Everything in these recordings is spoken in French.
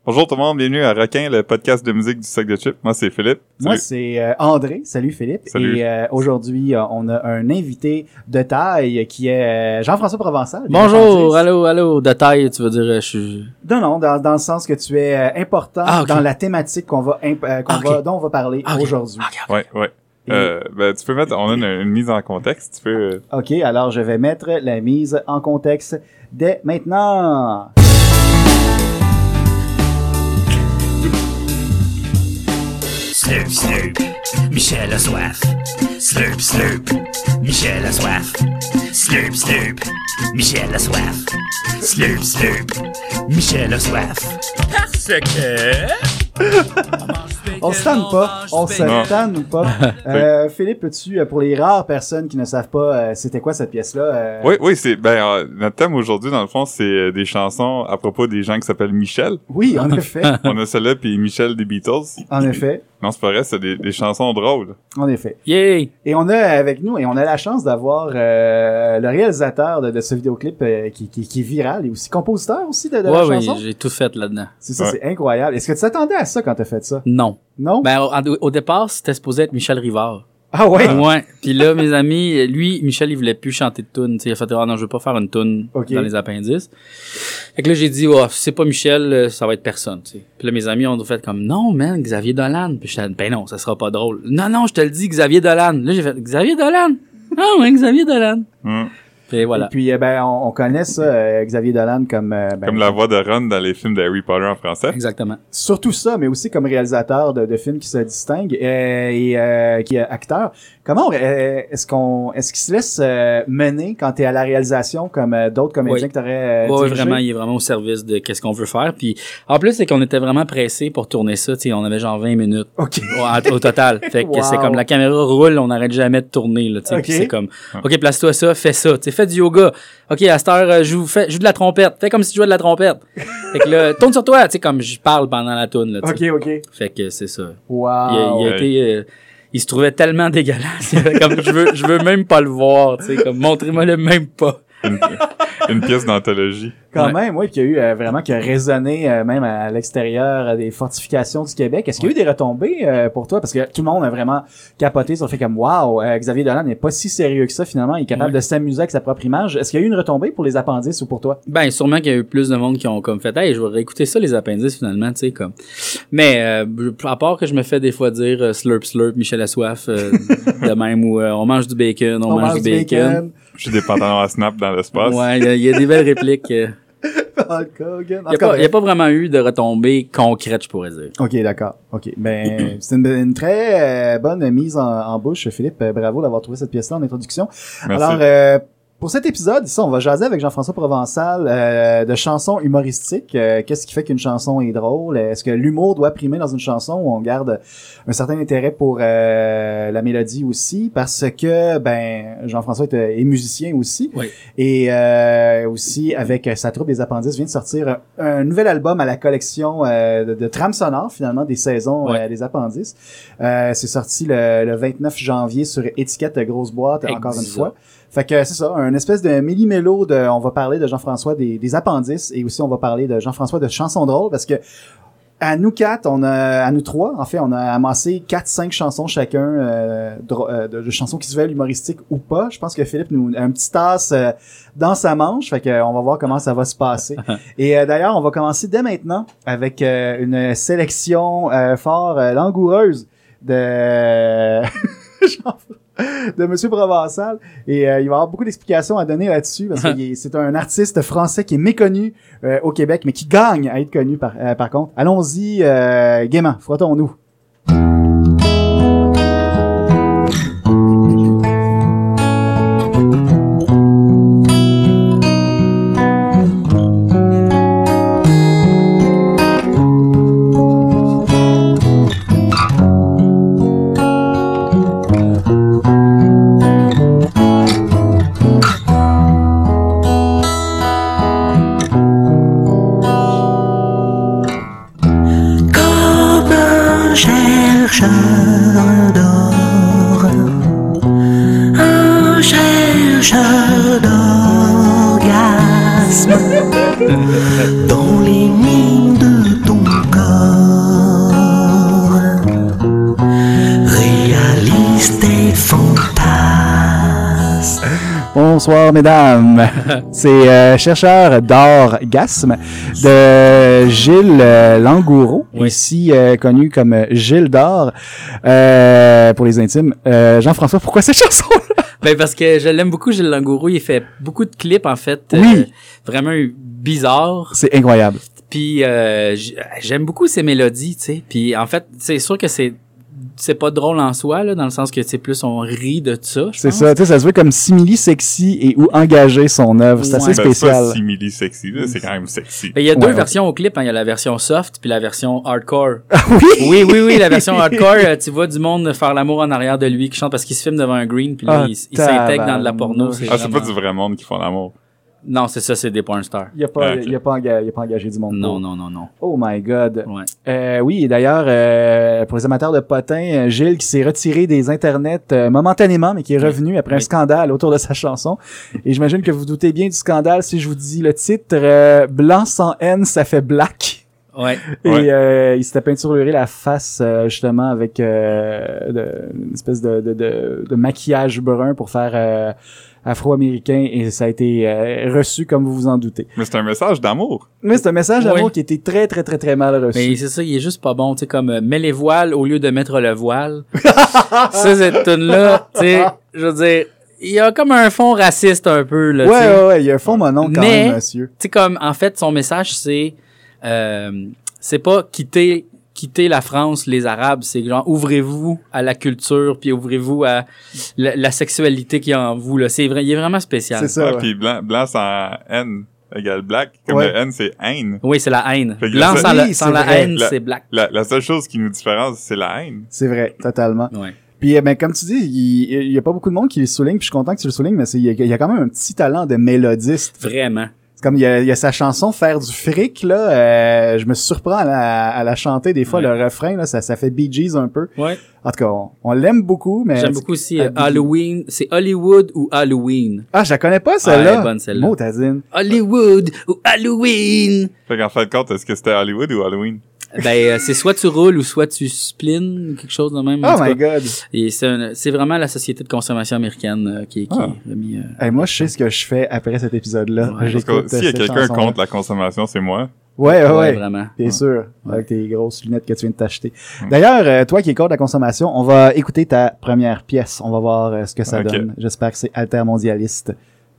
Bonjour tout le monde, bienvenue à Requin, le podcast de musique du sac de chips. Moi, c'est Philippe. Salut. Moi, c'est André. Salut Philippe. Salut. Et aujourd'hui, on a un invité de taille qui est Jean-François Provençal. Bonjour, allô, de taille, tu veux dire, je suis... Non, dans le sens que tu es important dans la thématique dont on va parler aujourd'hui. Ouais. Tu peux mettre, on a une mise en contexte, tu peux... OK, alors je vais mettre la mise en contexte dès maintenant. Slurp, slurp, Michel a soif. Slurp, slurp, Michel a soif. Slurp, slurp, Michel a soif. Slurp, slurp, Michel a soif. Parce que... On se tanne pas. On se tanne pas. Philippe, peux-tu, pour les rares personnes qui ne savent pas c'était quoi cette pièce-là? Oui, c'est notre thème aujourd'hui, dans le fond, c'est des chansons à propos des gens qui s'appellent Michel. Oui, en effet. On a celle-là, puis Michel des Beatles. En effet. Non, c'est pas vrai, c'est des chansons drôles. En effet. Yay! Et on a avec nous, et on a la chance d'avoir le réalisateur de ce vidéoclip qui est viral et aussi compositeur aussi de la chanson. Oui, j'ai tout fait là-dedans. C'est ça, c'est incroyable. Est-ce que tu t'attendais à ça quand t'as fait ça? Non. Non? Ben, au départ, c'était supposé être Michel Rivard. Ah ouais? Ouais. Puis là, mes amis, lui, Michel, il voulait plus chanter de tune. Il a fait, non, je veux pas faire une tune dans les appendices. Fait que là, j'ai dit, si c'est pas Michel, ça va être personne, tu sais. Puis là, mes amis ont fait comme, non, man, Xavier Dolan. Puis j'étais, ben non, ça sera pas drôle. Non, je te le dis, Xavier Dolan. Là, j'ai fait, Xavier Dolan? Ah ouais, Xavier Dolan. Et voilà. Et puis, on connaît ça, Xavier Dolan, comme la voix de Ron dans les films d'Harry Potter en français. Exactement. Surtout ça, mais aussi comme réalisateur de films qui se distinguent et qui est acteur. Comment est-ce qu'il se laisse mener quand t'es à la réalisation comme d'autres comédiens que t'aurais Oui, dirigé? vraiment, il est vraiment au service de qu'est-ce qu'on veut faire. Puis en plus, c'est qu'on était vraiment pressés pour tourner ça. Tu sais, on avait genre 20 minutes au total. Fait que c'est comme la caméra roule, on n'arrête jamais de tourner. Là, tu sais. Puis c'est comme, OK, place-toi ça, fais ça. Tu sais, fais du yoga. OK, à cette heure, joue de la trompette. Fais comme si tu jouais de la trompette. Fait que là, tourne sur toi, tu sais, comme je parle pendant la toune. Là, OK. Fait que c'est ça. Wow. Il a été... il se trouvait tellement dégueulasse. Comme je veux même pas le voir, tu sais, comme montrez-moi-le même pas. Une pièce d'anthologie. Quand même, oui, qui a eu vraiment qui a résonné même à l'extérieur des fortifications du Québec. Est-ce qu'il y a eu des retombées pour toi? Parce que tout le monde a vraiment capoté sur le fait comme wow, Xavier Dolan n'est pas si sérieux que ça finalement, il est capable de s'amuser avec sa propre image. Est-ce qu'il y a eu une retombée pour les appendices ou pour toi? Ben sûrement qu'il y a eu plus de monde qui ont comme fait hey, je vais réécouter ça les appendices finalement, tu sais comme. Mais à part que je me fais des fois dire slurp slurp Michel a soif de même ou on mange du bacon, on mange du bacon. J'ai des pantalons à snap dans l'espace. Ouais, il y a des belles répliques. Il y a pas vraiment eu de retombées concrètes, je pourrais dire. OK, d'accord. OK. Ben, c'est une très bonne mise en bouche, Philippe. Bravo d'avoir trouvé cette pièce-là en introduction. Merci. Alors, pour cet épisode, ici, on va jaser avec Jean-François Provençal de chansons humoristiques. Qu'est-ce qui fait qu'une chanson est drôle? Est-ce que l'humour doit primer dans une chanson ou on garde un certain intérêt pour la mélodie aussi? Parce que, Jean-François est musicien aussi. Oui. Et aussi, avec sa troupe des Appendices, vient de sortir un nouvel album à la collection de trames sonores, finalement, des saisons des Appendices. C'est sorti le 29 janvier sur étiquette grosse boîte, encore une fois. Fait que c'est ça, un espèce de méli-mélo on va parler de Jean-François des Appendices et aussi on va parler de Jean-François de chansons drôles parce que à nous trois, en fait, on a amassé 4-5 chansons chacun de chansons qui se veulent humoristiques ou pas. Je pense que Philippe nous a un petit tasse dans sa manche, fait que on va voir comment ça va se passer. Et d'ailleurs, on va commencer dès maintenant avec une sélection fort langoureuse de de Monsieur Provençal et il va y avoir beaucoup d'explications à donner là-dessus parce que c'est un artiste français qui est méconnu au Québec mais qui gagne à être connu par contre. Allons-y gaiement, frottons-nous. Dans les mines de ton bonsoir, mesdames. C'est chercheur d'orgasme de Gilles Langoureau, ici connu comme Gilles d'or pour les intimes. Jean-François, pourquoi cette chanson-là? Ben parce que je l'aime beaucoup, Gilles Langoureau. Il fait beaucoup de clips, en fait, vraiment bizarres. C'est incroyable. Puis j'aime beaucoup ses mélodies, tu sais. Puis en fait, c'est sûr que c'est pas drôle en soi, là, dans le sens que c'est plus on rit de ça, je pense. C'est ça, tu sais, ça se veut comme simili-sexy et ou engager son œuvre. C'est assez spécial. C'est pas simili-sexy, là, c'est quand même sexy. Ben, il y a deux versions au clip, hein. Il y a la version soft puis la version hardcore. Ah oui? Oui, la version hardcore, tu vois du monde faire l'amour en arrière de lui qui chante parce qu'il se filme devant un green puis là, il s'intègre dans de la porno. C'est pas du vrai monde qui font l'amour. Non, c'est ça, c'est des porn stars. Il a pas engagé du monde. Non. Oh my God. Ouais. Oui, et d'ailleurs, pour les amateurs de potins, Gilles qui s'est retiré des internets momentanément, mais qui est revenu après un scandale autour de sa chanson. Et j'imagine que vous doutez bien du scandale si je vous dis le titre Blanc sans haine, ça fait black. Ouais. Et il s'était peinturluré la face justement avec une espèce de maquillage brun pour faire afro-américain et ça a été reçu comme vous vous en doutez. Mais c'est un message d'amour. Mais c'est un message d'amour qui a été très très très très mal reçu. Mais c'est ça, il est juste pas bon, tu sais, comme mets les voiles au lieu de mettre le voile. Ça, cette tune-là, tu sais, je veux dire, il y a comme un fond raciste un peu, là, tu sais. Ouais, il y a un fond monon quand même, monsieur. Tu sais, comme, en fait, son message, c'est pas quitter la France, les Arabes, c'est genre ouvrez-vous à la culture puis ouvrez-vous à la sexualité qu'il y a en vous là. C'est vrai, il est vraiment spécial. C'est ça. Puis blanc sans haine égale black. Comme le haine, c'est haine. Oui, c'est la haine. Fait que blanc sans la haine, c'est black. La seule chose qui nous différencie, c'est la haine. C'est vrai, totalement. Ouais. Puis ben comme tu dis, il y a pas beaucoup de monde qui le souligne, puis je suis content que tu le soulignes, mais il y a quand même un petit talent de mélodiste. Vraiment. Comme il y a sa chanson Faire du fric là, je me surprends à la chanter des fois. Le refrain là, ça fait Bee Gees un peu. Ouais. En tout cas, on l'aime beaucoup, mais j'aime beaucoup aussi Halloween. C'est Hollywood ou Halloween. Ah, je la connais pas celle-là. Elle est bonne celle-là. Motazine. Hollywood ou Halloween. Fait qu'en fin de compte, est-ce que c'était Hollywood ou Halloween? Ben c'est soit tu roules ou soit tu splines, quelque chose de même. Oh my God. Et c'est vraiment la société de consommation américaine qui a mis. Moi, je sais ce que je fais après cet épisode-là. Ouais, parce que s'il y a quelqu'un contre la consommation, c'est moi. Ouais. Vraiment. T'es sûr, avec tes grosses lunettes que tu viens de t'acheter. D'ailleurs, toi qui es contre la consommation, on va écouter ta première pièce. On va voir ce que ça donne. J'espère que c'est altermondialiste.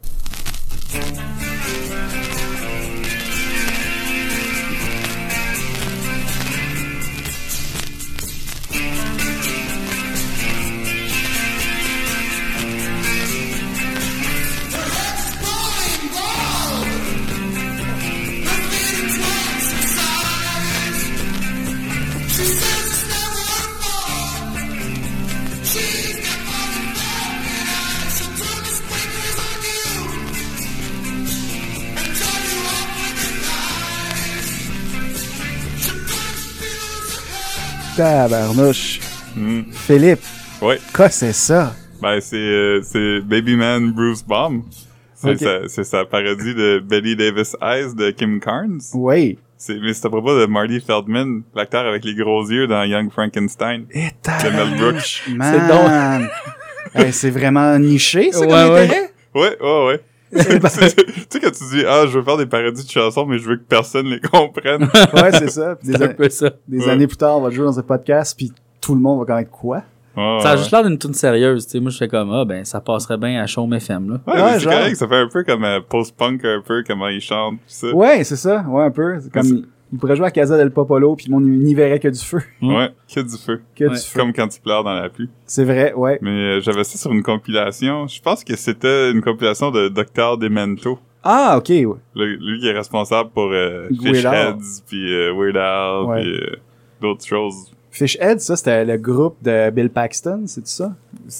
Tabarnouche. Philippe. Oui. Quoi, c'est ça? Ben, c'est Baby Man Bruce Baum. C'est sa parodie de Betty Davis Eyes de Kim Carnes. Oui. Mais c'est à propos de Marty Feldman, l'acteur avec les gros yeux dans Young Frankenstein. De Mel Brooks. Man. C'est c'est vraiment niché, ça, comme intérêt? Ouais. Tu sais quand tu dis je veux faire des parodies de chansons mais je veux que personne les comprenne. Ouais, c'est ça. C'est un peu ça. Des années plus tard, on va jouer dans un podcast puis tout le monde va connaître quoi? Ça a juste l'air d'une tune sérieuse, tu sais. Moi, je fais comme, ça passerait bien à Chaume FM, là. Ouais, c'est correct, ça fait un peu comme post-punk, un peu, comment ils chantent, pis ça. Ouais, c'est ça, un peu. C'est comme, il pourrait jouer à Casa del Popolo pis on n'y verrait que du feu. Ouais, que du feu. Du feu. Comme quand tu pleures dans la pluie. C'est vrai, ouais. Mais j'avais ça sur une compilation. Je pense que c'était une compilation de Dr. Demento. Ah, ok, ouais. Lui qui est responsable pour Fish Heads, puis Weird Al, puis d'autres choses. Fish Heads, ça, c'était le groupe de Bill Paxton, c'est ça?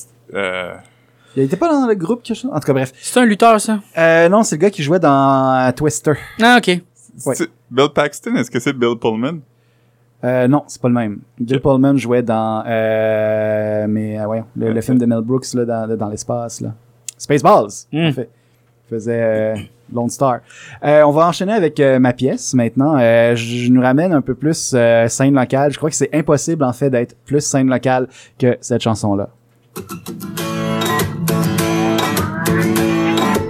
Il était pas dans le groupe que je... En tout cas, bref. C'est un lutteur, ça? Non, c'est le gars qui jouait dans Twister. Ah, ok. Ouais. Bill Paxton, est-ce que c'est Bill Pullman? Non, c'est pas le même. Bill Pullman jouait dans voyons, le film de Mel Brooks là, dans l'espace là. Spaceballs, en fait. Il faisait Lone Star. On va enchaîner avec ma pièce maintenant. Je nous ramène un peu plus scène locale. Je crois que c'est impossible en fait d'être plus scène locale que cette chanson là.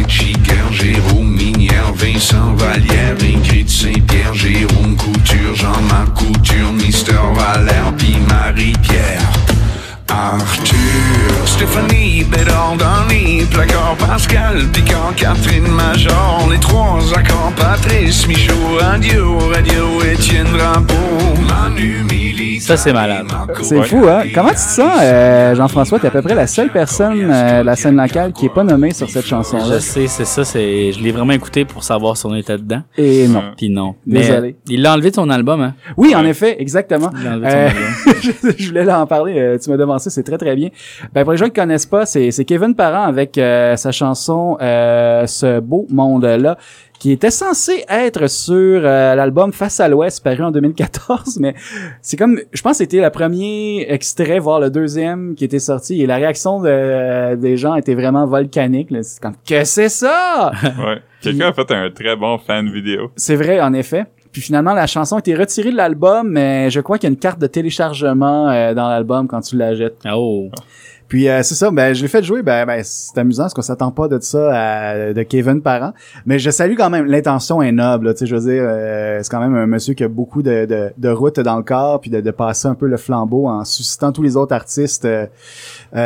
Chiquer, Jérôme Minière, Vincent Vallière, Ingrid Saint-Pierre, Jérôme Couture, Jean-Marc Couture, Mister Valère, puis Marie-Pierre. Arthur, Stéphanie, Bédard dans les placards, Pascal, Picard, Catherine Major, les trois accords, Patrice, Michaud, Radio, Étienne Drapeau, Manu, Milly. Ça, c'est malade. C'est fou, hein? Comment tu te sens, Jean-François? T'es à peu près la seule personne de la scène locale qui est pas nommée sur cette chanson-là. Je sais, c'est ça. Je l'ai vraiment écouté pour savoir si on était dedans. Et non. Puis non. Désolé. Mais il l'a enlevé de son album, hein? Oui, en effet, exactement. Il l'a enlevé de son album. Je voulais en parler, tu m'as devancé, c'est très très bien. Ben, pour les gens qui connaissent pas, c'est Kevin Parent avec sa chanson Ce beau monde-là, qui était censé être sur l'album Face à l'Ouest, paru en 2014, mais c'est comme, je pense que c'était le premier extrait, voire le deuxième qui était sorti, et la réaction des gens était vraiment volcanique, là. C'est comme, que c'est ça? Ouais. Quelqu'un a fait un très bon fan vidéo. C'est vrai, en effet. Puis finalement, la chanson a été retirée de l'album, mais je crois qu'il y a une carte de téléchargement dans l'album quand tu la jettes. Oh. Puis c'est ça, ben je l'ai fait jouer, ben c'est amusant parce qu'on s'attend pas de ça de Kevin Parent, mais je salue quand même, l'intention est noble, tu sais, je veux dire, c'est quand même un monsieur qui a beaucoup de routes dans le corps, puis de passer un peu le flambeau en suscitant tous les autres artistes. Dans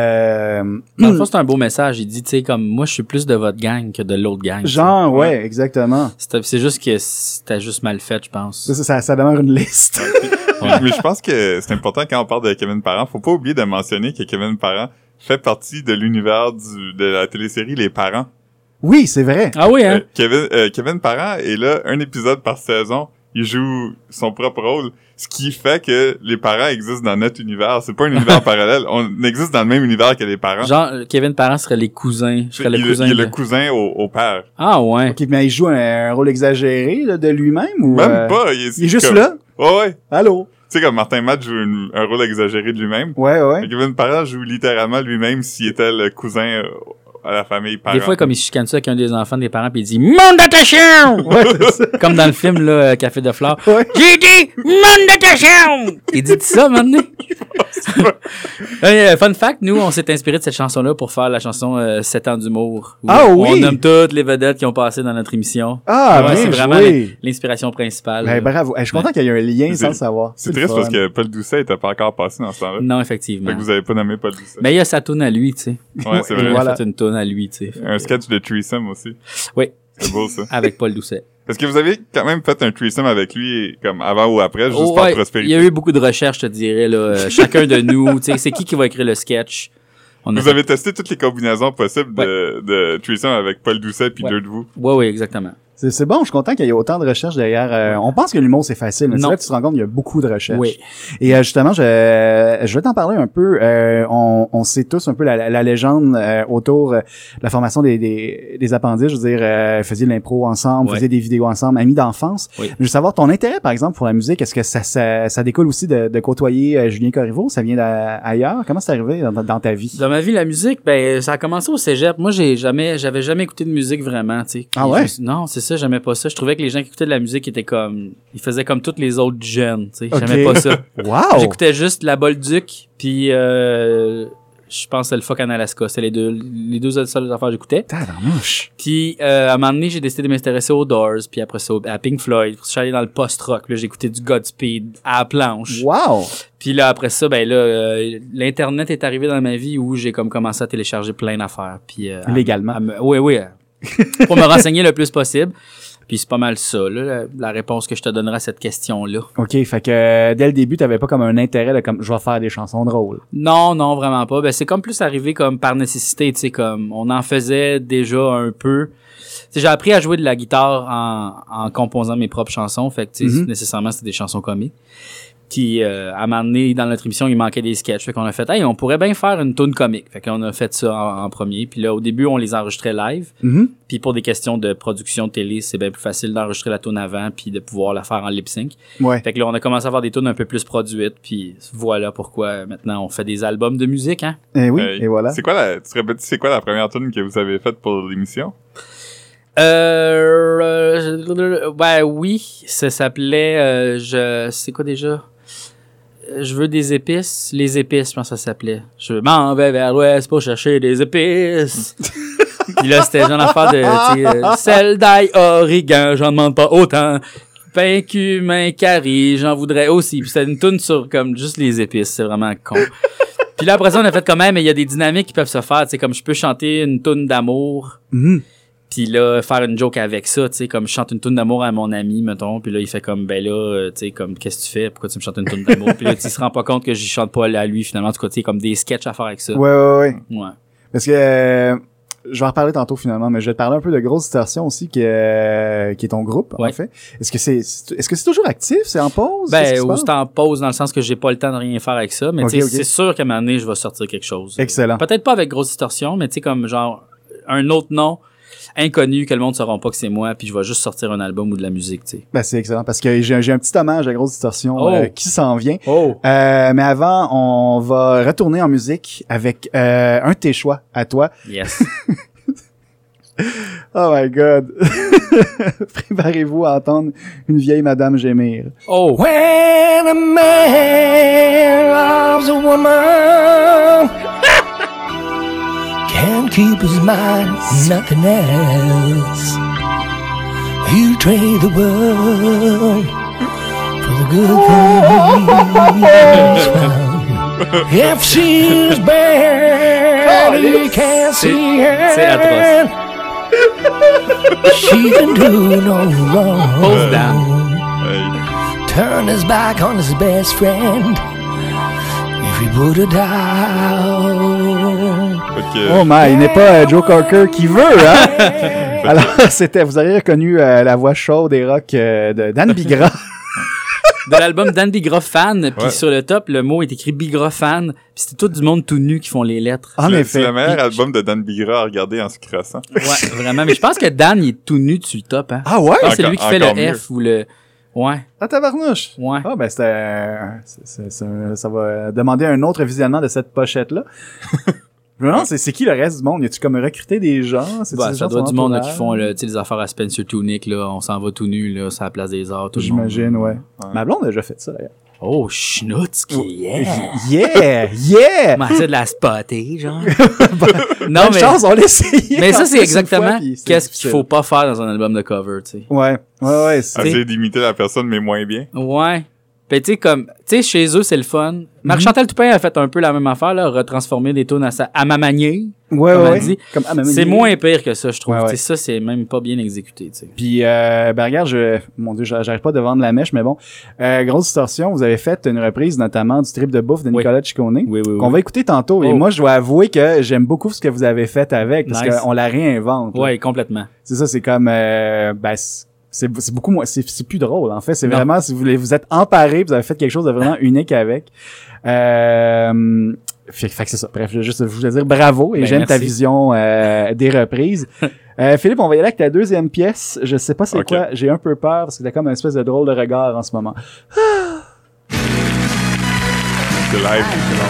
le fond, c'est un beau message. Il dit, tu sais, comme moi, je suis plus de votre gang que de l'autre gang. Genre, ouais, exactement. C'est juste que c'était juste mal fait, je pense. Ça demeure une liste. Ouais. Mais je pense que c'est important quand on parle de Kevin Parent. Faut pas oublier de mentionner que Kevin Parent fait partie de l'univers de la télésérie Les Parents. Oui, c'est vrai. Ah oui, hein? Kevin Parent est là un épisode par saison. Il joue son propre rôle. Ce qui fait que les parents existent dans notre univers. C'est pas un univers parallèle. On existe dans le même univers que les parents. Genre, Kevin Parent serait les cousins. Il est le cousin au père. Ah ouais. Ok, mais il joue un rôle exagéré là, de lui-même ou Même pas. Il est juste comme... là? Ouais. Allô? Tu sais, comme Martin Matt joue un rôle exagéré de lui-même. Ouais. Mais Kevin Parent joue littéralement lui-même s'il était le cousin à la famille Parent. Des fois, comme il se chicane ça avec un des enfants des parents, puis il dit « Monde de ta chambre! » Ouais, c'est ça. Comme dans le film, là, Café de fleurs. Ouais. J'ai dit « Monde de ta chambre! » Il dit ça, maintenant. Fun fact, nous, on s'est inspiré de cette chanson-là pour faire la chanson 7 ans d'humour. Ah oui! On nomme toutes les vedettes qui ont passé dans notre émission. Ah, ouais, bien c'est vraiment joué. l'inspiration principale. Ben, bravo. Je suis content qu'il y ait un lien sans le savoir. C'est triste parce que Paul Doucet était pas encore passé dans ce temps-là. Non, effectivement. Fait que vous avez pas nommé Paul Doucet. Mais il y a sa toune à lui, tu sais. Ouais, c'est vrai. Il a fait une toune à lui, tu sais. Un sketch de threesome aussi. Oui. C'est beau, ça. Avec Paul Doucet. Est-ce que vous avez quand même fait un threesome avec lui, comme avant ou après, juste par prospérité? Il y a eu beaucoup de recherches, je te dirais, là. Chacun de nous, tu sais, c'est qui va écrire le sketch? Vous avez testé toutes les combinaisons possibles de threesome avec Paul Doucet puis deux de vous? Oui, exactement. C'est bon, je suis content qu'il y ait autant de recherches derrière. On pense que l'humour, c'est facile, mais c'est là que tu te rends compte qu'il y a beaucoup de recherches. Oui. Et justement, je vais t'en parler un peu. On sait tous un peu la légende autour de la formation des appendices. Je veux dire, faisiez de l'impro ensemble, faisiez des vidéos ensemble, amis d'enfance. Oui. Je veux savoir ton intérêt, par exemple, pour la musique. Est-ce que ça découle aussi de côtoyer Julien Corriveau? Ça vient d'ailleurs? Comment c'est arrivé dans ta vie? Dans ma vie, la musique, ben ça a commencé au cégep. Moi, j'avais jamais écouté de musique vraiment, tu sais. Ah ouais? Non, c'est ça, j'aimais pas ça. Je trouvais que les gens qui écoutaient de la musique étaient comme... Ils faisaient comme tous les autres jeunes, tu sais. Okay. J'aimais pas ça. Wow! J'écoutais juste La Bolduc, puis je pense que c'est le Fuck en Alaska. C'était les deux seules affaires que j'écoutais. Tabarnouche! Puis à un moment donné, j'ai décidé de m'intéresser aux Doors, puis après ça, à Pink Floyd. Je suis allé dans le post-rock. Là, j'écoutais du Godspeed à la planche. Wow! Puis là, après ça, ben là, l'Internet est arrivé dans ma vie où j'ai comme commencé à télécharger plein d'affaires. Puis légalement. Oui. Pour me renseigner le plus possible. Puis c'est pas mal ça, là, la réponse que je te donnerai à cette question-là. OK, fait que dès le début, t'avais pas comme un intérêt de comme je vais faire des chansons drôles. Non, vraiment pas. Ben c'est comme plus arrivé comme par nécessité, tu sais, comme on en faisait déjà un peu. T'sais, j'ai appris à jouer de la guitare en composant mes propres chansons, fait que tu sais, nécessairement c'était des chansons comiques. Puis à un moment donné, dans notre émission, il manquait des sketchs. Fait qu'on a fait, hey, on pourrait bien faire une toune comique. Fait qu'on a fait ça en premier. Puis là, au début, on les enregistrait live. Puis pour des questions de production de télé, c'est bien plus facile d'enregistrer la toune avant puis de pouvoir la faire en lip-sync. Ouais. Fait que là, on a commencé à avoir des tounes un peu plus produites. Puis voilà pourquoi maintenant on fait des albums de musique, hein. Eh oui, et voilà. C'est quoi la première toune que vous avez faite pour l'émission? Ben oui, ça s'appelait c'est quoi déjà? Je veux des épices. Les épices, je pense que ça s'appelait. Je m'en vais vers l'ouest pour chercher des épices. Puis là, c'était genre l'affaire de, sel, d'ail, origan, j'en demande pas autant. Pain, cumin, curry, j'en voudrais aussi. Puis c'était une toune sur comme juste les épices, c'est vraiment con. Puis là, après ça, on a fait quand même, mais il y a des dynamiques qui peuvent se faire, tu sais, comme je peux chanter une toune d'amour. Puis là, faire une joke avec ça, tu sais, comme je chante une toune d'amour à mon ami, mettons, puis là, il fait comme, ben là, tu sais, comme, qu'est-ce que tu fais? Pourquoi tu me chantes une toune d'amour? Puis là, tu se rend pas compte que j'y chante pas à lui, finalement. En tout cas, tu sais, comme des sketchs à faire avec ça. Ouais. Ouais. Parce que, je vais en reparler tantôt finalement, mais je vais te parler un peu de Grosse Distorsion aussi, qui est ton groupe, en fait. Est-ce que c'est toujours actif? C'est en pause? Ben, ou c'est en pause dans le sens que j'ai pas le temps de rien faire avec ça, mais tu sais, c'est sûr qu'à un moment donné, je vais sortir quelque chose. Excellent. Peut-être pas avec Grosse Distorsion, mais tu sais, comme genre, un autre nom inconnu que le monde ne saura pas que c'est moi, puis je vais juste sortir un album ou de la musique, tu sais. Ben, c'est excellent, parce que j'ai un petit hommage à Grosse Distorsion qui s'en vient. Mais avant, on va retourner en musique avec un de tes choix à toi. Yes. Oh my God. Préparez-vous à entendre une vieille madame gémir. Oh! When a man loves a woman can't keep his mind, nothing else. You trade the world for the good things found. If she's bad, he can't see her. C'est atroce. She can do no wrong. Pause down. Turn his back on his best friend if he put her down. Oh my, il n'est pas Joe Cocker qui veut, hein? Alors, vous avez reconnu la voix chaude et rock de Dan Bigra. De l'album Dan Bigra Fan, puis sur le top, le mot est écrit Bigra Fan, puis c'était tout du monde tout nu qui font les lettres. C'est le meilleur album de Dan Bigra à regarder en se crossant. Ouais, vraiment, mais je pense que Dan, il est tout nu sur le top, hein. Ah ouais? Je pense que c'est lui qui fait le F ou le... Ouais. Ah, tabarnouche! Ouais. Ah, ben, ça va demander un autre visionnement de cette pochette-là. Non, c'est qui le reste du monde? Y a-tu comme recruté des gens? Bah, ça doit être du monde là, qui font les affaires à Spencer Tunick, là. On s'en va tout nu, là, sur la place des arts, tout le monde. J'imagine, ouais. Ma blonde a déjà fait ça, d'ailleurs. Oh, Schnutzki, yeah! Yeah! Mais c'est de la spotter, genre. Non, mais chance, on l'a essayé. Mais ça, c'est exactement qu'est-ce qu'il faut pas faire dans un album de cover, tu sais. Ouais. Essayer d'imiter la personne, mais moins bien. Ouais. Pis tu sais, comme, tu sais, chez eux, c'est le fun. Marc-Chantal Toupin a fait un peu la même affaire, là, retransformer des tunes à ma manière. Ouais. Comme à ma manière. C'est moins pire que ça, je trouve. Ouais. Ça, c'est même pas bien exécuté, tu sais. Puis, ben regarde, mon Dieu, j'arrive pas de vendre la mèche, mais bon. Grosse Distorsion, vous avez fait une reprise notamment du trip de bouffe de Nicolas Ciccone. Oui. Qu'on va écouter tantôt. Et moi, je dois avouer que j'aime beaucoup ce que vous avez fait avec, parce qu'on la réinvente. Ouais, complètement. C'est ça, c'est comme, c'est beaucoup moins, c'est plus drôle, en fait. C'est vraiment, si vous êtes emparé, vous avez fait quelque chose de vraiment unique avec. Fait que c'est ça. Bref, je voulais dire bravo et j'aime ta vision, des reprises. Philippe, on va y aller avec ta deuxième pièce. Je sais pas c'est quoi. J'ai un peu peur parce que t'as comme une espèce de drôle de regard en ce moment. C'est live.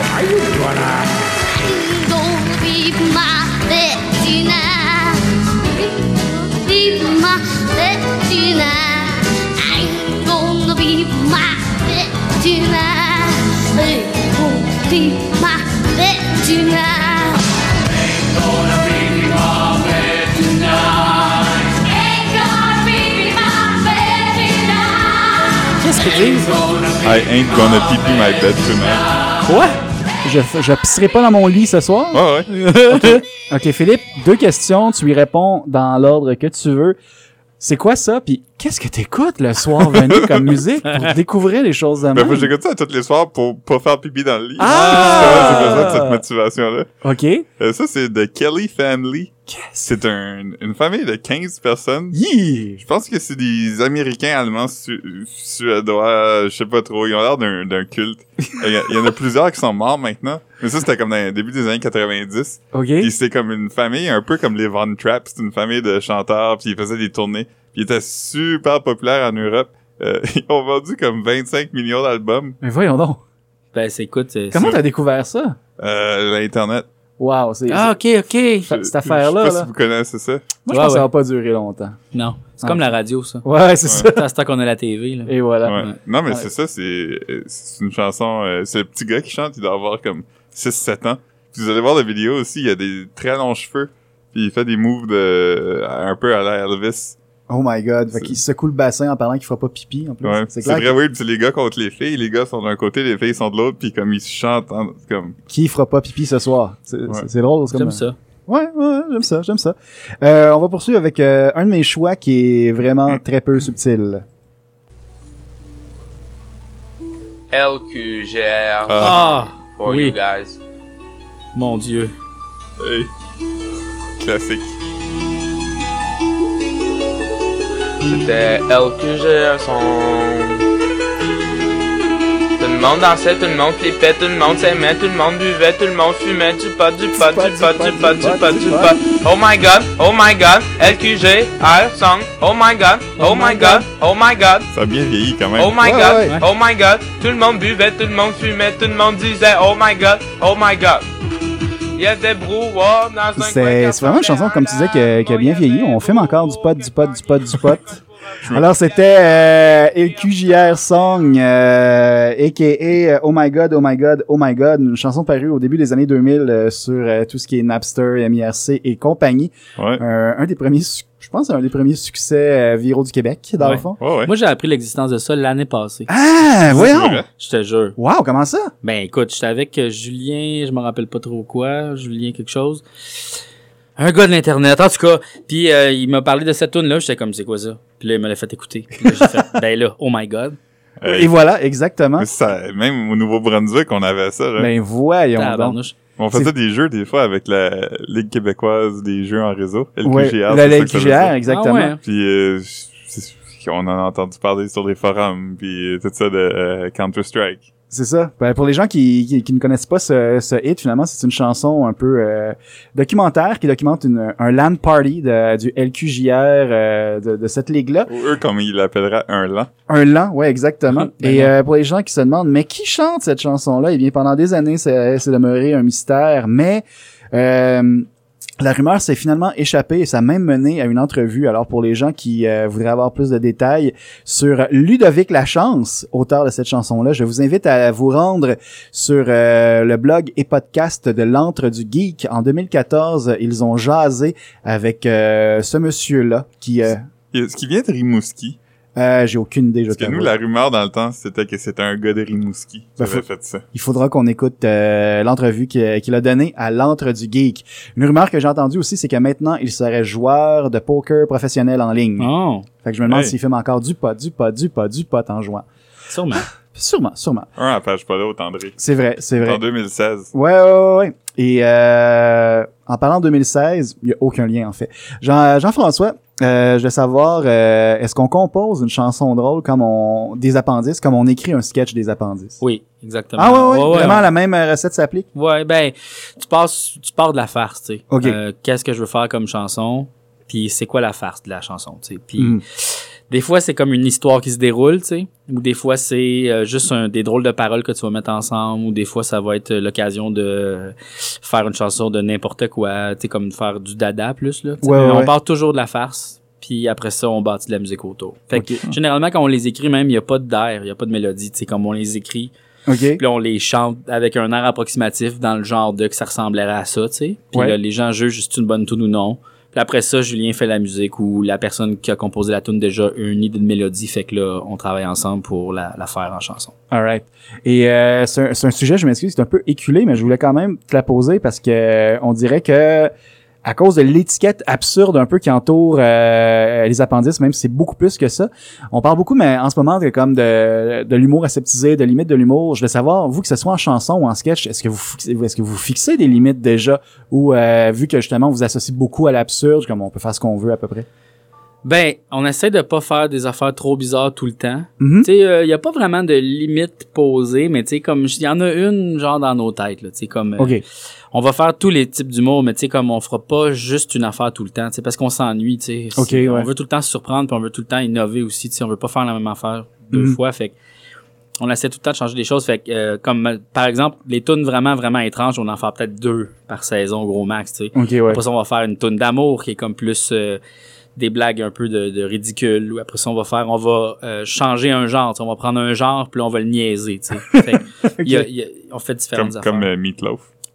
Qu'est-ce qu'ils disent? I ain't gonna pee my bed tonight. Quoi? Je pisserai pas dans mon lit ce soir? Ouais. OK, Philippe, 2 questions. Tu y réponds dans l'ordre que tu veux. C'est quoi ça? Puis qu'est-ce que t'écoutes le soir venu comme musique pour découvrir les choses de même? Ben, j'écoute ça tous les soirs pour pas faire pipi dans le lit. Ah! J'ai besoin de cette motivation-là. OK. Ça, c'est The Kelly Family. C'est une famille de 15 personnes. Yeah! Je pense que c'est des Américains, Allemands, Suédois, je sais pas trop. Ils ont l'air d'un culte. Il y en a plusieurs qui sont morts maintenant. Mais ça, c'était comme dans le début des années 90. OK. Puis c'est comme une famille, un peu comme les Von Trapp. C'est une famille de chanteurs, puis ils faisaient des tournées. Puis ils étaient super populaires en Europe. Ils ont vendu comme 25 millions d'albums. Mais voyons donc. Ben, écoute... Comment t'as découvert ça? L'Internet. Wow, c'est... Ah, OK. Cette affaire-là, je sais pas si vous connaissez ça. Moi, je pense que ça va pas durer longtemps. Non. C'est comme la radio, ça. Ouais, c'est ça. C'est tant qu'on a la TV, là. Et voilà. Ouais. Non, mais c'est ça, c'est une chanson... c'est le petit gars qui chante, il doit avoir comme 6-7 ans. Puis vous allez voir la vidéo aussi, il y a des très longs cheveux. puis il fait des moves un peu à la Elvis. Oh my god. Fait qu'il secoue le bassin en parlant qu'il fera pas pipi, en plus. Ouais, c'est clair. très weird, c'est les gars contre les filles. Les gars sont d'un côté, les filles sont de l'autre, puis comme ils se chantent, comme... Qui fera pas pipi ce soir? C'est drôle. C'est comme... J'aime ça. Ouais, j'aime ça. On va poursuivre avec un de mes choix qui est vraiment très peu subtil. LQGR. For oui. you guys. Mon Dieu. Hey. Classique. C'était LQGR son... Tout le monde dansait, tout le monde flippait, tout le monde s'aimait, tout le monde buvait, tout le monde fumait du pot. Oh my god, LQGR song. Oh my god. Ça a bien vieilli quand même. Oh my god, tout le monde buvait, tout le monde fumait, tout le monde disait oh my god. Il y a des brouillards dans un coin. C'est vraiment une chanson, comme tu disais, qui a bien vieilli. On filme encore du pot. Alors, c'était LQJR Song, a.k.a. Oh My God, une chanson parue au début des années 2000 sur tout ce qui est Napster, MIRC et compagnie. Ouais. Un des premiers, je pense, un des premiers succès viraux du Québec, dans le fond. Ouais. Moi, j'ai appris l'existence de ça l'année passée. Ah, voyons! Je te jure. Wow, comment ça? Ben, écoute, j'étais avec Julien, je me rappelle pas trop quoi, Julien quelque chose. Un gars de l'internet, en tout cas. Puis il m'a parlé de cette tune-là, j'étais comme, c'est quoi ça? Puis là, il me l'a fait écouter. Puis là, j'ai fait, ben là, oh my god. Et voilà, exactement. Ça, même au Nouveau-Brunswick, on avait ça. Là. Ben voyons donc. Tabarnouche. On faisait des jeux des fois avec la Ligue québécoise des jeux en réseau. LQGR. Ouais, la LQGR, exactement. Ah ouais. Puis on en a entendu parler sur des forums, puis tout ça de Counter-Strike. C'est ça. Ben, pour les gens qui ne connaissent pas ce hit, finalement, c'est une chanson un peu documentaire qui documente un LAN party du LQJR de cette ligue-là. Ou eux, comme ils l'appelleraient, un LAN. Un LAN, ouais, exactement. Ben Et pour les gens qui se demandent, mais qui chante cette chanson-là? Eh bien, pendant des années, c'est demeuré un mystère, mais... la rumeur s'est finalement échappée et ça a même mené à une entrevue. Alors, pour les gens qui voudraient avoir plus de détails sur Ludovic Lachance, auteur de cette chanson-là, je vous invite à vous rendre sur le blog et podcast de l'Antre du Geek. En 2014, ils ont jasé avec ce monsieur-là qui... Est-ce qu'il vient de Rimouski? J'ai aucune idée. Parce que nous, la rumeur dans le temps, c'était que c'était un gars de Rimouski qui avait fait ça. Il faudra qu'on écoute l'entrevue qu'il a donnée à l'Antre du Geek. Une rumeur que j'ai entendue aussi, c'est que maintenant, il serait joueur de poker professionnel en ligne. Oh. Fait que je me demande s'il filme encore du pot en jouant. Sûrement. Sûrement. Un empêche pas l'autre, André. C'est vrai. En 2016. Ouais. Et en parlant de 2016, il y a aucun lien en fait. Jean-François, je veux savoir, est-ce qu'on compose une chanson drôle comme des appendices, comme on écrit un sketch des appendices? Oui, exactement. Ah ouais, vraiment la même recette s'applique? Ouais, ben, tu pars de la farce, tu sais. OK. Qu'est-ce que je veux faire comme chanson? Puis c'est quoi la farce de la chanson, tu sais. Puis des fois, c'est comme une histoire qui se déroule, tu sais. Ou des fois, c'est juste des drôles de paroles que tu vas mettre ensemble. Ou des fois, ça va être l'occasion de faire une chanson de n'importe quoi. Tu sais, comme faire du dada plus, là. On part toujours de la farce. Puis après ça, on bâtit de la musique autour. Fait que généralement, quand on les écrit, même, il n'y a pas d'air, il n'y a pas de mélodie. Tu sais, comme on les écrit. Puis là, on les chante avec un air approximatif dans le genre de que ça ressemblerait à ça, tu sais. Puis là, les gens jugent si c'est une bonne tune ou non. Puis après ça, Julien fait la musique ou la personne qui a composé la tune déjà a une idée de mélodie, fait que là, on travaille ensemble pour la faire en chanson. Alright. Et c'est un sujet, je m'excuse, c'est un peu éculé, mais je voulais quand même te la poser parce que on dirait que à cause de l'étiquette absurde un peu qui entoure les appendices, même si c'est beaucoup plus que ça. On parle beaucoup, mais en ce moment, comme de l'humour aseptisé, de limites de l'humour. Je veux savoir, vous, que ce soit en chanson ou en sketch, est-ce que vous fixez des limites déjà? Ou vu que justement, vous associez beaucoup à l'absurde, comme on peut faire ce qu'on veut à peu près? Ben, on essaie de pas faire des affaires trop bizarres tout le temps. Mm-hmm. Tu sais, y a pas vraiment de limite posée, mais tu sais, comme, il y en a une, genre, dans nos têtes, là, tu sais, comme, on va faire tous les types d'humour, mais tu sais, comme, on fera pas juste une affaire tout le temps, tu sais, parce qu'on s'ennuie, tu sais. On veut tout le temps se surprendre, puis on veut tout le temps innover aussi, tu sais, on veut pas faire la même affaire deux fois, fait que, on essaie tout le temps de changer des choses, fait que, comme, par exemple, les tunes vraiment, vraiment étranges, on en fait peut-être 2 par saison, gros max, tu sais. Après ça, on va faire une tune d'amour, qui est comme plus, des blagues un peu de ridicule, ou après ça on va changer un genre, on va prendre un genre puis là on va le niaiser, tu sais. On fait différentes affaires. Comme Meatloaf.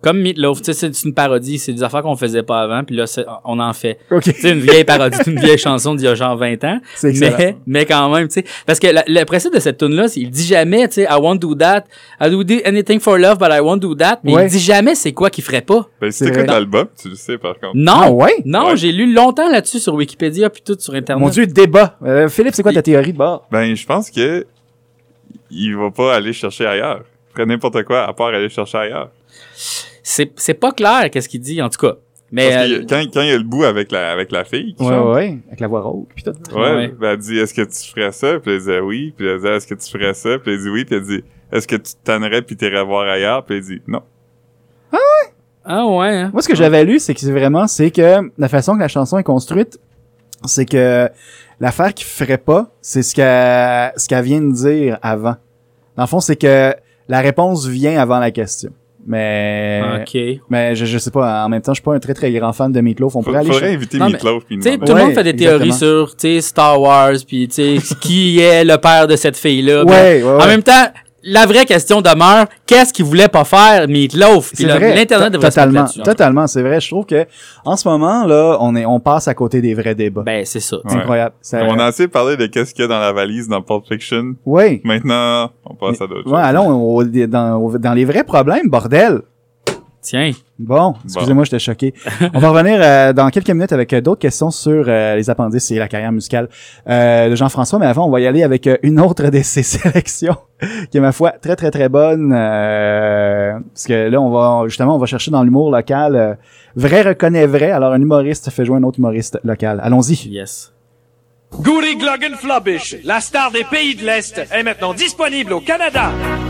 Comme Meatloaf, tu sais, c'est une parodie, c'est des affaires qu'on faisait pas avant, puis là, on en fait. OK. Tu sais, une vieille parodie, une vieille chanson d'il y a genre 20 ans. C'est excellent. Mais quand même, tu sais, parce que le principe de cette tune-là, il dit jamais, tu sais, I won't do that, I do anything for love, but I won't do that, mais il dit jamais c'est quoi qu'il ferait pas. Ben, si t'écoutes l'album, tu le sais, par contre. Non. Ah ouais? Non, Ouais. j'ai lu longtemps là-dessus sur Wikipédia, puis tout sur Internet. Mon Dieu, débat. Philippe, c'est quoi ta théorie de bord? Ben, je pense que il va pas aller chercher ailleurs. Il ferait n'importe quoi à part aller chercher ailleurs. C'est pas clair qu'est-ce qu'il dit, en tout cas. Mais, Parce que quand il y a le bout avec la fille qui Ouais, chante, ouais. Avec la voix rauque, pis tout. ouais, ben, elle dit, est-ce que tu ferais ça? Puis elle dit oui. Puis elle dit, est-ce que tu ferais ça? Puis elle dit oui. Puis elle dit, est-ce que tu te tannerais puis t'irais voir ailleurs? Puis elle dit non. ah ouais, hein. Moi, ce que j'avais lu, c'est que la façon que la chanson est construite, c'est que l'affaire qu'il ferait pas, c'est ce qu'elle vient de dire avant. Dans le fond, c'est que la réponse vient avant la question. Mais je sais pas, en même temps, je suis pas un très très grand fan de Meatloaf. On pourrait aller Faudrait inviter Non, Meatloaf puis Tu sais, demander. tout le monde Ouais, fait des théories exactement. sur, tu sais, Star Wars, puis tu sais, qui est le père de cette fille-là. Ouais, Puis, ouais, En ouais. même temps, la vraie question demeure, qu'est-ce qu'il voulait pas faire, Meatloaf? Puis C'est vrai. l'Internet devrait se mettre Totalement, là-dessus, en fait. totalement. C'est vrai. Je trouve que en ce moment là, on passe à côté des vrais débats. Ben, c'est ça. C'est Ouais. incroyable. Ça- On a assez parlé de qu'est-ce qu'il y a dans la valise dans Pulp Fiction. Oui. Maintenant, on passe à d'autres Ouais, choses. allons dans les vrais problèmes, bordel. Tiens. Bon, excusez-moi, j'étais choqué. On va revenir dans quelques minutes avec d'autres questions sur les appendices et la carrière musicale de Jean-François. Mais avant, on va y aller avec une autre de ses sélections qui est, ma foi, très, très, très bonne. Parce que là, on va chercher dans l'humour local. Vrai reconnaît vrai. Alors, un humoriste fait jouer un autre humoriste local. Allons-y. Yes. Guri Gloggen Flobbish, la star des pays de l'Est, est maintenant disponible au Canada.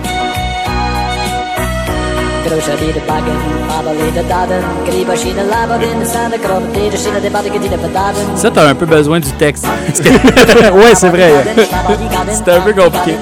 Ça, t'as un peu besoin du texte. Ouais, c'est vrai. C'était un peu compliqué.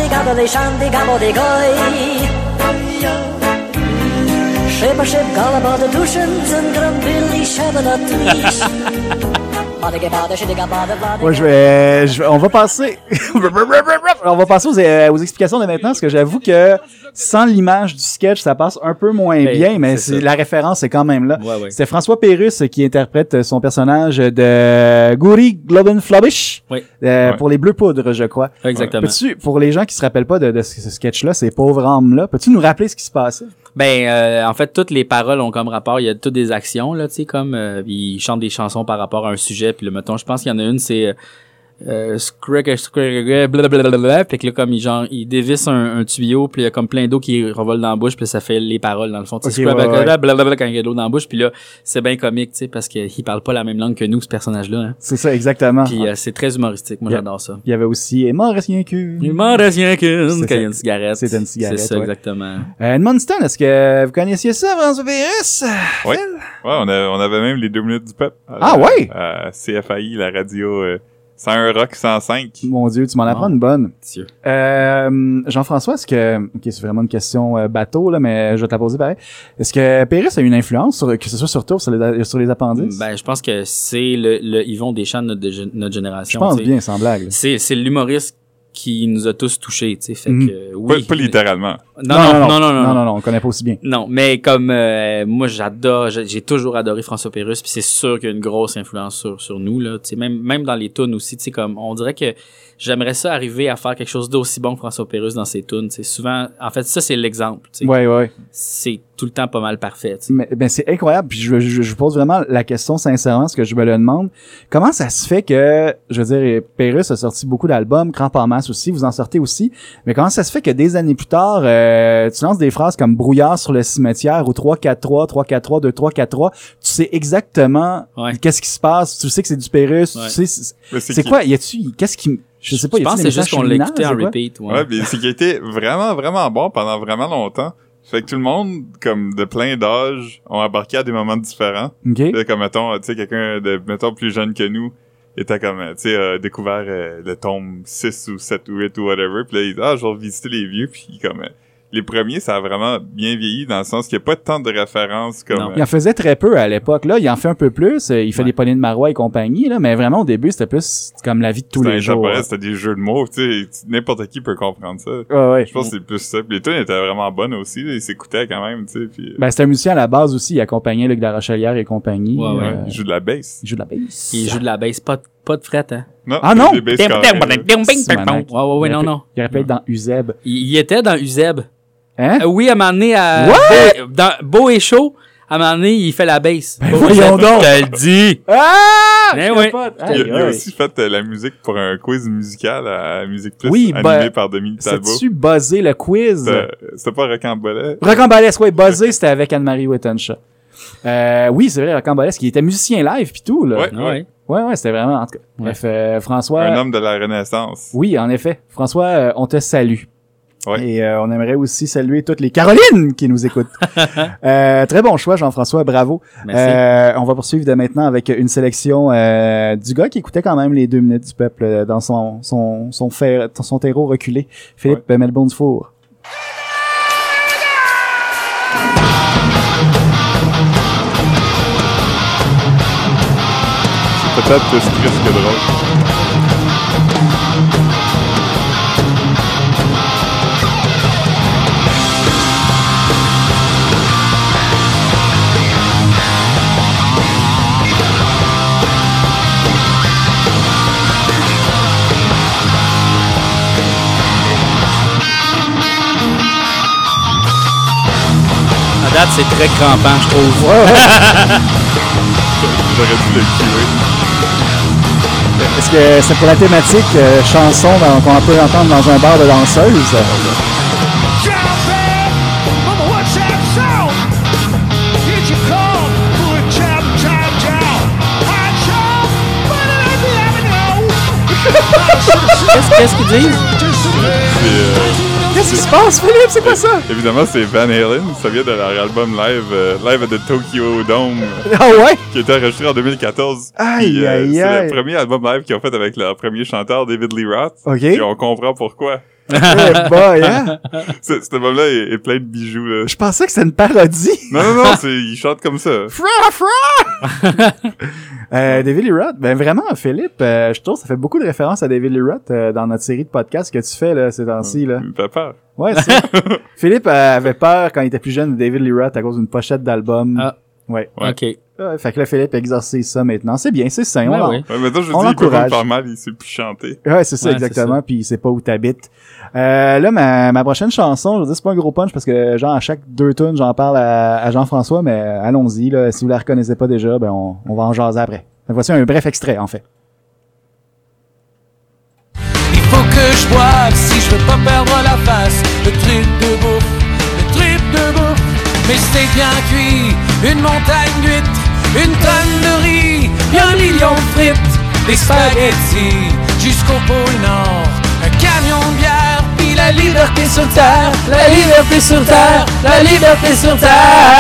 Ouais, on va passer. On va passer aux explications de maintenant, parce que j'avoue que sans l'image du sketch, ça passe un peu moins Ben, bien, mais c'est ça. la référence est quand même là. Ouais, ouais. C'est François Pérusse qui interprète son personnage de Guri Globin Flobbish Oui. pour les Bleus Poudres, je crois. Exactement. Peux-tu, pour les gens qui se rappellent pas de ce sketch-là, ces pauvres âmes-là, peux-tu nous rappeler ce qui se passait? Ben, en fait, toutes les paroles ont comme rapport. Il y a toutes des actions, là, tu sais, comme ils chantent des chansons par rapport à un sujet. Puis là, mettons, je pense qu'il y en a une, c'est blablabla. Puis que là, comme il dévisse un tuyau, puis il y a comme plein d'eau qui revole dans la bouche, puis ça fait les paroles dans le fond. Tu sais, Ok, ouais, ouais. blablabla quand il y a de l'eau dans la bouche. Puis là, c'est bien comique, tu sais, parce qu'il parle pas la même langue que nous, ce personnage-là. Hein. C'est ça, exactement. Puis c'est très humoristique. Moi, Yeah. j'adore ça. Il y avait aussi « Mort reste rien qu'une ». Il m'en reste rien qu'une C'est quand il y a ça. une cigarette. C'est une cigarette, C'est ça, ouais. exactement. Edmundston, est-ce que vous connaissiez ça, François Pérusse? Ouais. Ouais, on avait même les 2 minutes du peuple. Ah ouais? À CFAI, la radio 101 Rock 105. Mon Dieu, tu m'en apprends une bonne. Dieu. Jean-François, est-ce que... Ok, c'est vraiment une question bateau, là, mais je vais te la poser pareil. Est-ce que Pérusse a une influence, que ce soit surtout sur les appendices? Ben, je pense que c'est le Yvon Deschamps de notre génération. je pense tu sais. bien, sans blague. là. C'est l'humoriste qui nous a tous touchés, tu sais. Fait Mhm. que, oui. Pas littéralement. Non, on connaît pas aussi bien. Non, mais comme moi j'ai toujours adoré François Pérusse, puis c'est sûr qu'il y a une grosse influence sur nous là, tu sais, même dans les tunes aussi, tu sais, comme on dirait que j'aimerais ça arriver à faire quelque chose d'aussi bon que François Pérusse dans ses tunes, tu sais. Souvent, en fait, ça c'est l'exemple, tu sais. Ouais. C'est tout le temps pas mal parfait, tu sais. Mais ben c'est incroyable. Puis je vous pose vraiment la question sincèrement, ce que je me le demande. Comment ça se fait que, je veux dire, Pérusse a sorti beaucoup d'albums, Cramp en masse aussi, vous en sortez aussi. Mais comment ça se fait que des années plus tard, tu lances des phrases comme brouillard sur le cimetière ou 3-4-3, 3-4-3, 2-3-4-3. Tu sais exactement Ouais. qu'est-ce qui se passe. Tu sais que c'est du Pérusse. Ouais. Tu sais, Mais c'est quoi? Qu'est-ce qui, je sais pas, Je pense que c'est juste qu'on l'écoutait en repeat, Ouais, mais c'est qu'il a été vraiment, vraiment bon pendant vraiment longtemps. Fait que tout le monde, comme de plein d'âges, ont embarqué à des moments différents. OK. Là, comme, mettons, tu sais, quelqu'un de, mettons, plus jeune que nous, était comme, tu sais, découvert le tome 6 ou 7 ou 8 ou whatever. Puis là, il dit, je vais visiter les vieux. Puis comme, les premiers, ça a vraiment bien vieilli dans le sens qu'il n'y a pas tant de références comme... Il en faisait très peu à l'époque. Là, il en fait un peu plus. Il fait des Pauline Marois et compagnie, là, mais vraiment, au début, c'était plus comme la vie de tous les jours. C'était des jeux de mots, tu sais, n'importe qui peut comprendre ça. Ouais. Je pense que c'est plus ça. Puis les tunes étaient vraiment bonnes aussi, là, ils s'écoutaient quand même, tu sais. Puis... Ben, c'était un musicien à la base aussi. Il accompagnait Luc La Rochelière et compagnie. Il joue de la bass. Il joue de la bass. Il joue de la bass, pas de fret, hein. Non, ah non! Des basses carrées, Ouais, non. Il aurait pu être dans Uzeb. Il était dans Uzeb. Hein? Oui, à un moment donné, dans Beau et Chaud, à un moment donné, il fait la bass. Ben voyons donc! Je te le dis! Ah! Ben oui. Il a aussi fait la musique pour un quiz musical à Musique Plus, oui, animé par Dominique Talbot. C'est-tu buzzé le quiz? C'était pas Rocambolesque? Rocambolesque, oui, buzzé, c'était avec Anne-Marie Wittenshaw. Oui, c'est vrai, Rocambolesque, il était musicien live pis tout, là. Ouais, c'était vraiment, en tout cas. Bref, François... Un homme de la Renaissance. Oui, en effet. François, on te salue. Ouais. Et on aimerait aussi saluer toutes les Carolines qui nous écoutent. Très bon choix, Jean-François, bravo. Merci. On va poursuivre de maintenant avec une sélection du gars qui écoutait quand même les 2 minutes du peuple dans son terreau reculé, Philippe Melbourne-Four. C'est peut-être plus triste que drôle. À date, c'est très crampant, je trouve. J'aurais dû le cuer. Est-ce que c'est pour la thématique chanson qu'on peut entendre dans un bar de danseuses? Qu'est-ce qu'ils disent? Qu'est-ce qui se passe, Philippe? C'est quoi ça? Évidemment, c'est Van Halen. Ça vient de leur album Live at the Tokyo Dome. Ah ouais? Qui a été enregistré en 2014. Aïe, aïe. C'est le premier album live qu'ils ont fait avec leur premier chanteur, David Lee Roth. OK. Et on comprend pourquoi. Eh boy, hein? Cet album-là est plein de bijoux, là. Je pensais que c'était une parodie. Non, il chante comme ça. David Lee Roth, ben vraiment, Philippe, je trouve que ça fait beaucoup de références à David Lee Roth dans notre série de podcasts que tu fais là ces temps-ci. Là. Il me fait peur. Ouais, c'est ça. Philippe avait peur quand il était plus jeune de David Lee Roth à cause d'une pochette d'album. Ah. Ouais. OK. Fait que là, Philippe exerce ça maintenant. C'est bien, c'est sain. Ouais. Maintenant, je dis, il peut pas faire mal, il sait plus chanter. Ouais, c'est ça, exactement. Puis il sait pas où t'habites. Là, ma prochaine chanson, je veux dire, c'est pas un gros punch parce que, genre, à chaque 2 tunes, j'en parle à Jean-François, mais allons-y, là. Si vous la reconnaissez pas déjà, ben, on va en jaser après. Voici un bref extrait, en fait. Il faut que je boive si je veux pas perdre la face. Le trip de bouffe, mais c'est bien cuit. Une montagne d'huîtres, une tonne de riz, et 1 million de frites, des spaghettis jusqu'au pôle Nord. Un camion de bière, puis la liberté sur terre, la liberté sur terre, la liberté sur terre.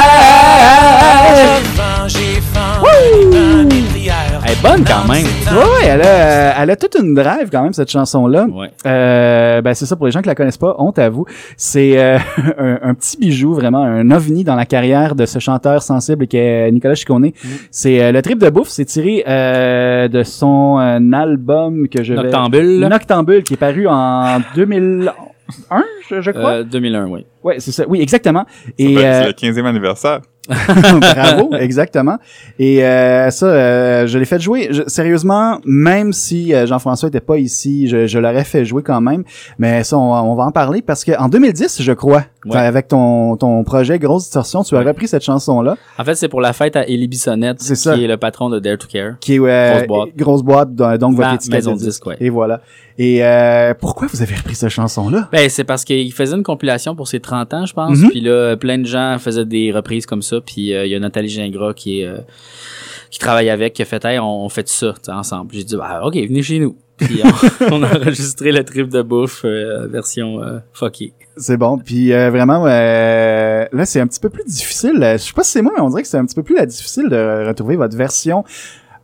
J'ai faim, Elle est bonne quand même. Ouais, elle a toute une drive quand même, cette chanson-là. Ouais. Ben c'est ça, pour les gens qui la connaissent pas, honte à vous. C'est un petit bijou, vraiment, un ovni dans la carrière de ce chanteur sensible qui est Nicolas Ciccone. C'est le trip de bouffe, c'est tiré de son album que je Noctambule, qui est paru en 2001, je crois. 2001, oui. Ouais, c'est ça. Oui, exactement. Et c'est le 15e anniversaire. Bravo, exactement. Et je l'ai fait jouer. Sérieusement, même si Jean-François était pas ici, je l'aurais fait jouer quand même. Mais ça, on va en parler parce que en 2010, je crois, avec ton projet Grosse Distorsion, tu as repris cette chanson-là. En fait, c'est pour la fête à Élie Bissonnette, qui est le patron de Dare to Care. Qui est grosse boîte, donc votre étiquette maison de disque, ouais. Et voilà. Et pourquoi vous avez repris cette chanson-là? Ben, c'est parce qu'il faisait une compilation pour ses 30 ans, je pense. Puis là, plein de gens faisaient des reprises comme ça. Puis il y a Nathalie Gingras qui travaille avec, qui a fait « Hey, on fait ça ensemble. » J'ai dit « OK, venez chez nous. » Puis on a enregistré le trip de bouffe version fucky. C'est bon. Puis vraiment, là, c'est un petit peu plus difficile. Je sais pas si c'est moi, mais on dirait que c'est un petit peu plus difficile de retrouver votre version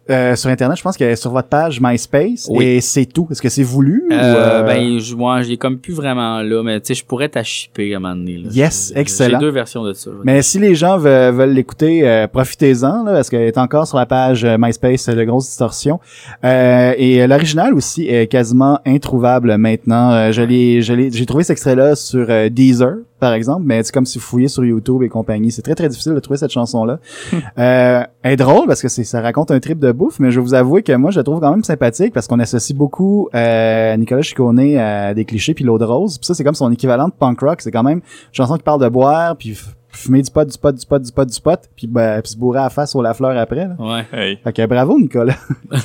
sur Internet, je pense qu'elle est sur votre page MySpace, Oui. et c'est tout. Est-ce que c'est voulu? Ben, j'ai comme plus vraiment là, mais tu sais, je pourrais t'achipper à un moment donné. Là. Yes, excellent. J'ai 2 versions de ça. Mais si les gens veulent l'écouter, profitez-en, là, parce qu'elle est encore sur la page MySpace de Grosse Distorsion. Et l'original aussi est quasiment introuvable maintenant. J'ai trouvé cet extrait-là sur Deezer, par exemple, mais c'est comme si vous fouillez sur YouTube et compagnie. C'est très, très difficile de trouver cette chanson-là. Elle est drôle parce que ça raconte un trip de bouffe, mais je vais vous avouer que moi, je la trouve quand même sympathique parce qu'on associe beaucoup Nicolas Ciccone à des clichés puis l'eau de rose. Puis ça, c'est comme son équivalent de punk rock. C'est quand même une chanson qui parle de boire puis fumer du pot, puis se bourrer à la face au Lafleur après. Là. Ouais. Hey. Fait que bravo, Nicolas.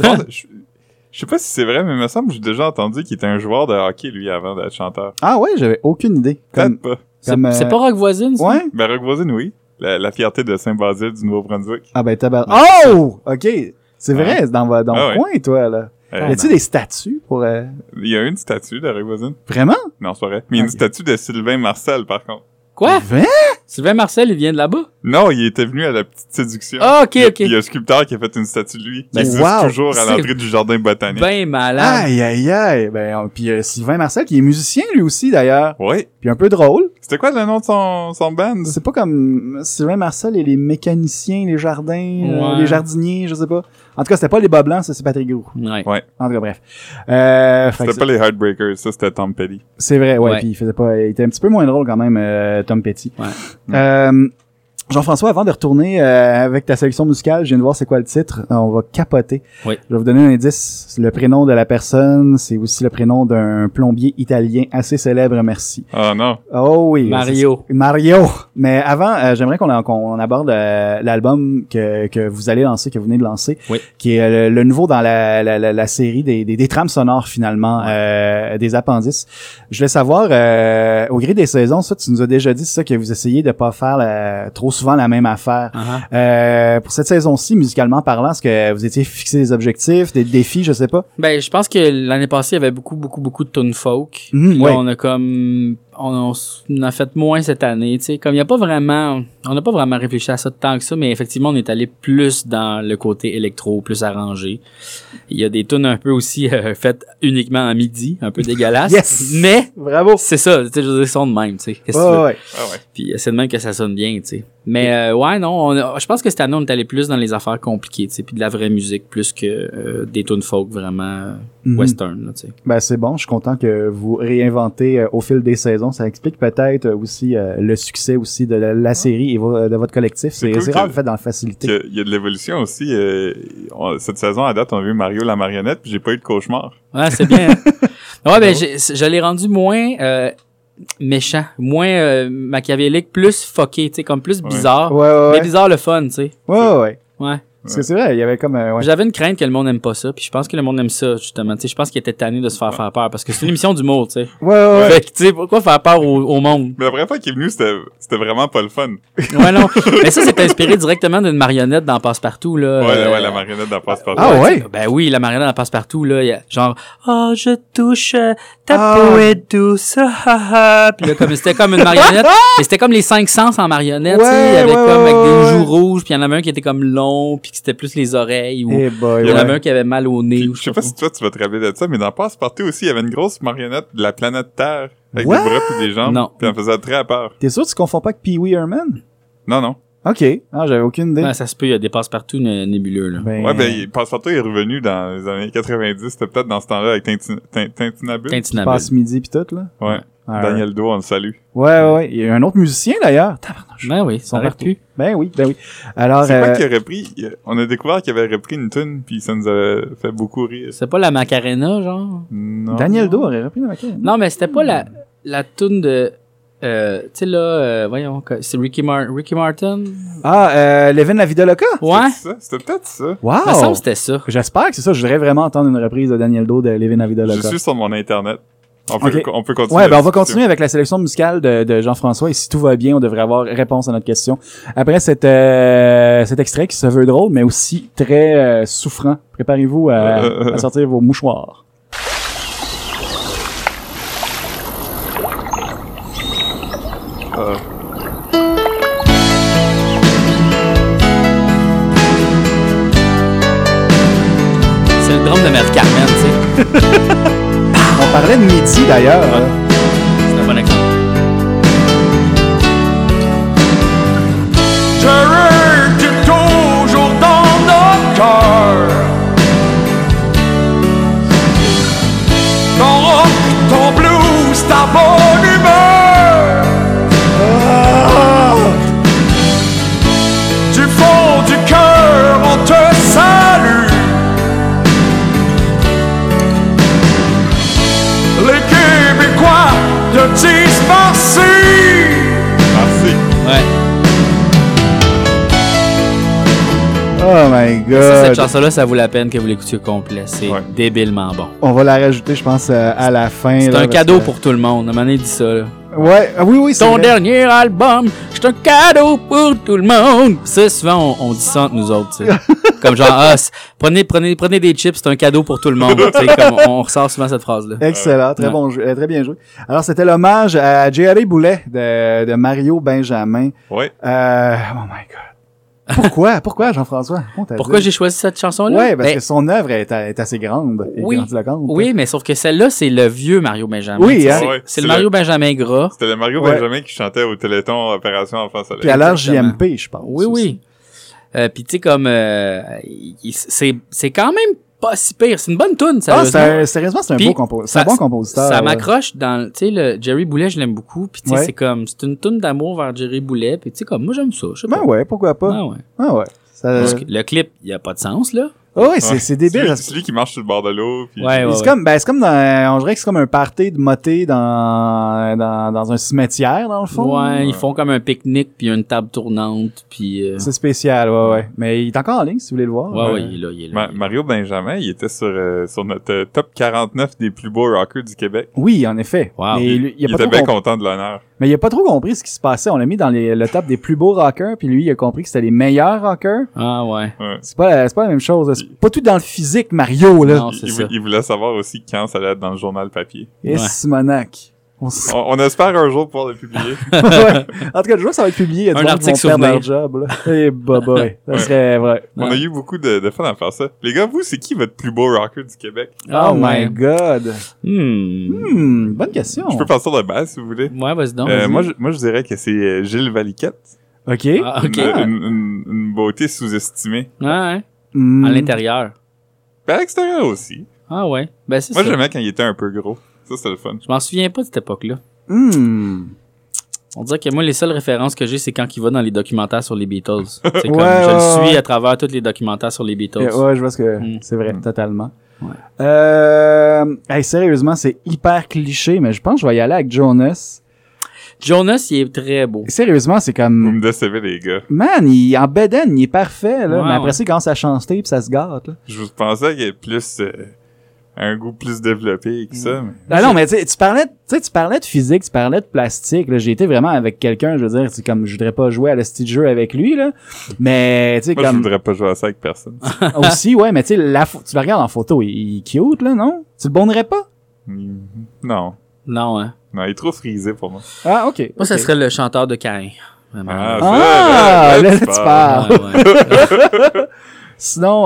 Je sais pas si c'est vrai, mais il me semble que j'ai déjà entendu qu'il était un joueur de hockey, lui, avant d'être chanteur. Ah ouais, j'avais aucune idée. Peut-être pas. C'est pas Rock Voisine, ça? Ouais? Ben, Rock Voisine, oui. La fierté de Saint-Basile du Nouveau-Brunswick. Ah ben Oh! OK. C'est vrai, c'est dans le coin, toi, là. Y a-tu des statues pour... Il y a une statue de Rock Voisine. Vraiment? Non, c'est pas vrai. Mais il y a une statue de Sylvain Marcel, par contre. Quoi? Sylvain? Sylvain Marcel, il vient de là-bas? Non, il était venu à la petite séduction. Ah, OK. Il y a un sculpteur qui a fait une statue de lui, qui Ben, existe wow. toujours à l'entrée du jardin botanique. Ben malade. Aïe. Ben, puis Sylvain Marcel, qui est musicien, lui aussi, d'ailleurs. Oui. Puis un peu drôle. C'était quoi le nom de son band? C'est pas comme Sylvain Marcel et les mécaniciens, les jardins, les jardiniers, je sais pas. En tout cas, c'était pas les Bas Blancs, ça, c'est Patrick Groux. Ouais. En tout cas, bref. C'était pas les Heartbreakers, ça, c'était Tom Petty. C'est vrai, ouais. Puis il était un petit peu moins drôle quand même, Tom Petty. Ouais. Jean-François, avant de retourner avec ta sélection musicale, je viens de voir c'est quoi le titre. On va capoter. Oui. Je vais vous donner un indice. Le prénom de la personne, c'est aussi le prénom d'un plombier italien assez célèbre, merci. Oh non. Oh oui. Mario. Mario. Mais avant, j'aimerais qu'on aborde l'album que vous allez lancer, que vous venez de lancer, qui est le nouveau dans la série des trames sonores finalement, des appendices. Je voulais savoir, au gré des saisons, ça, tu nous as déjà dit, c'est ça, que vous essayez de pas faire trop souvent la même affaire. Pour cette saison-ci, musicalement parlant, est-ce que vous étiez fixé des objectifs, des défis, je sais pas? Ben, je pense que l'année passée, il y avait beaucoup de tunes folk. Ouais. On a comme... On a fait moins cette année, tu sais. Comme il y a pas vraiment... On n'a pas vraiment réfléchi à ça tant que ça, mais effectivement, on est allé plus dans le côté électro, plus arrangé. Il y a des tunes un peu aussi faites uniquement à midi, un peu dégueulasses. Yes! Mais... Bravo! C'est ça, tu sais, je veux dire, ils sont de même, tu sais. Qu'est-ce que tu veux? Ouais. Puis c'est de même que ça sonne bien, tu sais. Mais ouais, non, je pense que cette année, on est allé plus dans les affaires compliquées, tu sais, puis de la vraie musique, plus que des tunes folk vraiment western, là, tu sais. Ben c'est bon, je suis content que vous réinventez au fil des saisons. Ça explique peut-être aussi le succès aussi de la série et de votre collectif. C'est cool rare de faire dans la facilité. Il y a de l'évolution aussi. Cette saison, à date, on a vu Mario la marionnette, puis j'ai pas eu de cauchemar. Ouais, c'est bien. Ouais, ben je l'ai rendu moins méchant, moins machiavélique, plus fucké, tu sais, comme plus bizarre. Ouais. Mais bizarre le fun, tu sais. Ouais. Ouais. Parce que c'est vrai, il y avait comme... J'avais une crainte que le monde aime pas ça, puis je pense que le monde aime ça, justement. Tu sais, je pense qu'il était tanné de se faire peur, parce que c'est une émission d'humour, tu sais. Ouais. Fait que, tu sais, pourquoi faire peur au monde? Mais la première fois qu'il est venu, c'était vraiment pas le fun. Ouais, non. Mais ça, c'est inspiré directement d'une marionnette dans Passepartout, là. Ouais, la marionnette dans Passepartout. Ah ouais? Ben oui, la marionnette dans Passepartout, là, il y a genre, oh, je touche, ta peau est douce, Puis là, c'était comme une marionnette, mais c'était comme les 5 sens en marionnette, tu sais. Il y avait comme avec des joues rouges, puis il y en avait un qui était comme long, puis c'était plus les oreilles, ou il y en avait un qui avait mal au nez. Puis, je sais pas si toi, tu vas te rappeler de ça, mais dans Passepartout aussi, il y avait une grosse marionnette de la planète Terre, avec des bras et des jambes. Non. Puis elle faisait très peur. T'es sûr que tu confonds pas avec Pee-wee Herman? Non. OK. Ah, j'avais aucune idée. Ouais, ça se peut, il y a des Passepartout nébuleux, là. Passepartout est revenu dans les années 90, c'était peut-être dans ce temps-là avec Tintinabule. Passe-midi pis tout, là. Ouais. Daniel Do, on le salue. Ouais. Il y a un autre musicien, d'ailleurs. Ben oui, ça aurait pu. Ben oui. Alors, c'est quoi qu'il a repris? On a découvert qu'il avait repris une tune, puis ça nous a fait beaucoup rire. C'est pas la Macarena, genre? Non. Daniel Do aurait repris la Macarena. Non, mais c'était pas la tune de... tu sais, là, voyons, c'est Ricky Martin. Ah, Levin la Vida Loca? Ouais. C'était peut-être ça. Wow! Il me semble que c'était ça. J'espère que c'est ça. Je voudrais vraiment entendre une reprise de Daniel Do de Levin la Vida Loca. Je suis sur mon Internet. On peut continuer. Ouais, ben on va continuer avec la sélection musicale de Jean-François et si tout va bien, on devrait avoir réponse à notre question. Après cet extrait qui se veut drôle, mais aussi très souffrant. Préparez-vous à sortir vos mouchoirs. C'est le drum de Mère Carmen, tu sais. On parlait de midi, d'ailleurs. C'est un bon exemple. Jerry, t'es toujours dans notre cœur. Ton rock, ton blues, ta bonne humeur. Du fond du cœur, on te salue. Les Québécois te disent merci. Merci. Ouais. Oh my God. Ça, cette chanson-là, ça vaut la peine que vous l'écoutiez au complet. C'est débilement bon. On va la rajouter, je pense, à la fin. C'est là, un cadeau pour tout le monde. À un moment donné, il dit ça. Là. Ouais, oui, c'est Ton vrai. dernier album, c'est un cadeau pour tout le monde. Ça, souvent, on dit ça entre nous autres. Tu sais. Comme genre, prenez des chips, c'est un cadeau pour tout le monde. Tu sais, comme on ressort souvent cette phrase-là. Excellent, très bon jeu, très bien joué. Alors, c'était l'hommage à Jerry Boulet de Mario Benjamin. Oui. Oh my God. Pourquoi, Jean-François? Pourquoi j'ai choisi cette chanson-là? Ouais, parce que son œuvre est assez grande. Oui, mais sauf que celle-là, c'est le vieux Mario Benjamin. Oui, hein? C'est le Mario Benjamin gras. C'était le Mario Benjamin qui chantait au Téléthon Opération Enfant Soleil. Puis à l'heure JMP, je pense. Oui. Puis tu sais, comme c'est quand même pas si pire. C'est une bonne toune, sérieusement. Sérieusement, c'est un bon compositeur. Ça m'accroche dans, tu sais, le Jerry Boulet, je l'aime beaucoup. Puis tu sais, c'est une toune d'amour vers Jerry Boulet. Puis tu sais, comme moi, j'aime ça. Je sais pas. Ben ouais, pourquoi pas. Ah ouais. Le clip, il y a pas de sens, là. Oh oui, c'est débile. C'est lui qui marche sur le bord de l'eau. Puis... c'est comme dans, on dirait que c'est comme un party de moté dans un cimetière, dans le fond. Ouais, ils font comme un pique-nique puis une table tournante puis. C'est spécial, ouais. Mais il est encore en ligne, si vous voulez le voir. Ouais, il est là. Mario Benjamin, il était sur notre top 49 des plus beaux rockers du Québec. Oui, en effet. Wow. Mais il était bien content de l'honneur. Mais il a pas trop compris ce qui se passait. On l'a mis dans le top des plus beaux rockers, puis lui, il a compris que c'était les meilleurs rockers. Ah ouais. C'est pas la même chose. C'est pas tout dans le physique, Mario, là. Non, c'est ça. Il voulait savoir aussi quand ça allait être dans le journal papier. Et Simonac. On espère un jour pouvoir le publier. Ouais. En tout cas, je vois que ça va être publié. Il y a un article sur leur job, là. Et boy. Ça serait vrai. On a eu beaucoup de fun à faire ça. Les gars, vous, c'est qui votre plus beau rocker du Québec? Oh my God. Bonne question. Je peux partir de base, si vous voulez. Ouais, vas-y donc. Moi, je dirais que c'est Gilles Valiquette. OK. Une beauté sous-estimée. Ouais. À l'intérieur. Ben, à l'extérieur aussi. Ah ouais. Ben, c'est Moi, ça. j'aimais quand il était un peu gros. Ça, c'était le fun. Je m'en souviens pas de cette époque-là. On dirait que moi, les seules références que j'ai, c'est quand il va dans les documentaires sur les Beatles. C'est comme, je le suis à travers tous les documentaires sur les Beatles. Ouais, je vois ce que c'est vrai, totalement. Ouais. Sérieusement, c'est hyper cliché, mais je pense que je vais y aller avec Jonas. Jonas, il est très beau. Sérieusement, c'est comme... Vous me décevez, les gars. Man, en bedaine, il est parfait, là. Mais après, il commence à chanter puis ça se gâte, là. Je pensais qu'il y avait plus... un goût plus développé que ça. Mais... non, mais tu parlais de physique, tu parlais de plastique. Là, j'ai été vraiment avec quelqu'un, je veux dire, c'est comme je voudrais pas jouer à la style jeu avec lui, là. Mais tu sais comme. Moi, je voudrais pas jouer à ça avec personne. Aussi, ouais, mais tu sais, tu le regardes en photo, il est cute, là, non? Tu le bonnerais pas? Non. Non, hein. Non, il est trop frisé pour moi. Ah, ok. Moi, ça serait le chanteur de Caïn. Là, tu parles. Ouais. Sinon,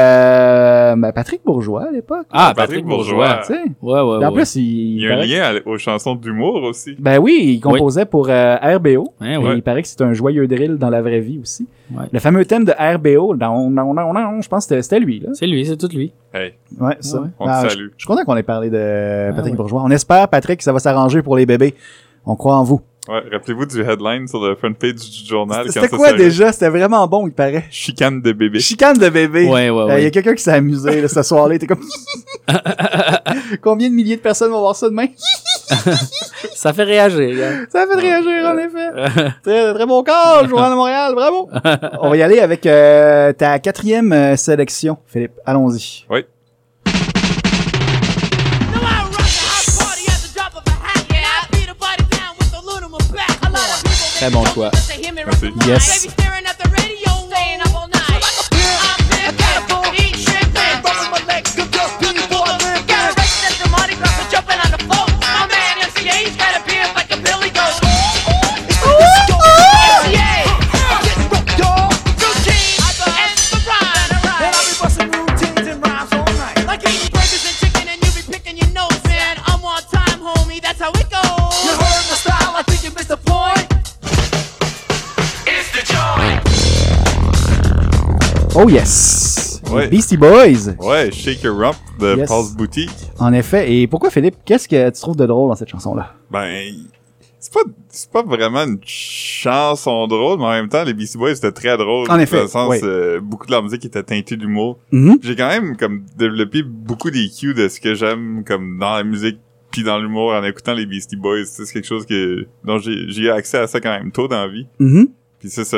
Patrick Bourgeois à l'époque. Ah, Patrick Bourgeois. Tu sais. Ouais. En plus, il y a un lien aux chansons d'humour aussi. Ben oui, il composait pour RBO. Ouais. Il paraît que c'est un joyeux drill dans la vraie vie aussi. Ouais. Le fameux thème de RBO, je pense que c'était lui, là. C'est lui, c'est tout lui. Hey. Ouais, ça. Ouais. On te salue. Je suis content qu'on ait parlé de Patrick Bourgeois. On espère, Patrick, que ça va s'arranger pour les bébés. On croit en vous. Ouais, rappelez-vous du headline sur le front page du journal. C'était quoi déjà? C'était vraiment bon, il paraît. Chicane de bébé. Chicane de bébé. Ouais. Il y a quelqu'un qui s'est amusé là, ce soir-là. Il était comme... Combien de milliers de personnes vont voir ça demain? Ça fait réagir, gars. Ça fait réagir, en effet. Très, très bon corps, Journal de Montréal, bravo. On va y aller avec ta 4e sélection, Philippe. Allons-y. Oui. Très bon choix. Merci. Yes. Oh yes! Ouais. Beastie Boys! Ouais, Shake Your Rump de Yes. Pulse Booty. En effet. Et pourquoi, Philippe, qu'est-ce que tu trouves de drôle dans cette chanson-là? Ben, c'est pas vraiment une chanson drôle, mais en même temps, les Beastie Boys c'était très drôle. En effet, Dans le sens, oui. beaucoup de leur musique était teintée d'humour. Mhm. J'ai quand même, comme, développé beaucoup des cues de ce que j'aime, comme, dans la musique puis dans l'humour en écoutant les Beastie Boys. C'est quelque chose dont j'ai eu accès à ça quand même tôt dans la vie. Mhm. Puis ça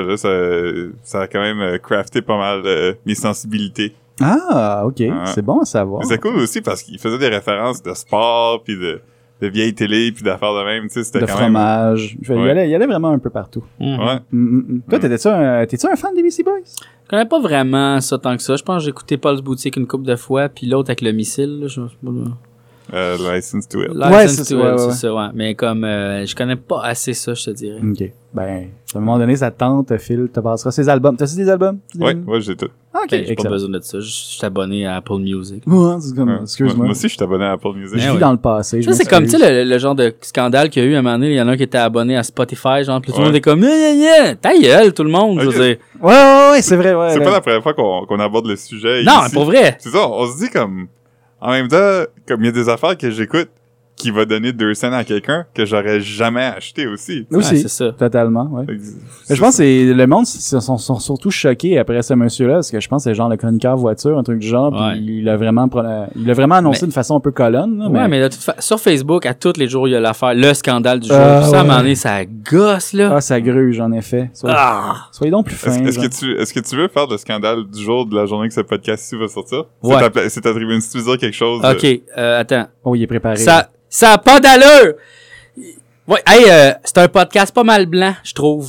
a quand même crafté pas mal mes sensibilités. Ah, ok. C'est bon à savoir. Mais c'est cool aussi parce qu'il faisait des références de sport puis de vieilles télé puis d'affaires de même, tu sais, c'était de quand fromage. Ouais. Il allait vraiment un peu partout. Ouais. Toi, t'es-tu un fan des Beastie Boys? Je connais pas vraiment ça tant que ça. Je pense que j'ai écouté Pulse Boutique une couple de fois, puis l'autre avec le missile, là, je sais pas. License to It. License to It, c'est ça, ouais. Mais comme, je connais pas assez ça, je te dirais. Ok. Ben, à un moment donné, ça te tente, Phil, te passera ses albums. T'as-tu des albums? Ouais, j'ai tout. Ok, J'ai pas besoin de ça. Je suis abonné à Apple Music. Ouais, c'est comme, excuse-moi. Moi aussi, je suis abonné à Apple Music. Je vis dans le passé. Ça, c'est comme, tu sais, le genre de scandale qu'il y a eu à un moment donné. Il y en a un qui était abonné à Spotify, genre, puis tout le monde est comme, ta gueule, tout le monde, je veux dire. Ouais, c'est vrai, ouais. C'est pas la première fois qu'on aborde le sujet. Non, ici. pour vrai. C'est ça, on se dit comme, en même temps, comme il y a des affaires que j'écoute qui va donner 2 cents à quelqu'un que j'aurais jamais acheté aussi. Aussi, c'est ça. totalement, ouais. Je pense que le monde sont surtout choqués après ce monsieur-là, parce que je pense que c'est genre le chroniqueur voiture, un truc du genre, Ouais. puis il a vraiment annoncé de façon un peu colonne. Là, Ouais, mais de toute sur Facebook, à tous les jours, il y a l'affaire, le scandale du jour. Puis ça, à un moment donné, ça gosse, là. Ah, ça gruge, en effet. Soyez donc plus fins. Est-ce que tu veux faire le scandale du jour de la journée que ce podcast-ci va sortir? Ouais. C'est ta tribune. Si tu veux dire quelque chose. OK, attends. Oh, il est préparé. Ça a pas d'allure! Ouais, hey, c'est un podcast pas mal blanc, je trouve.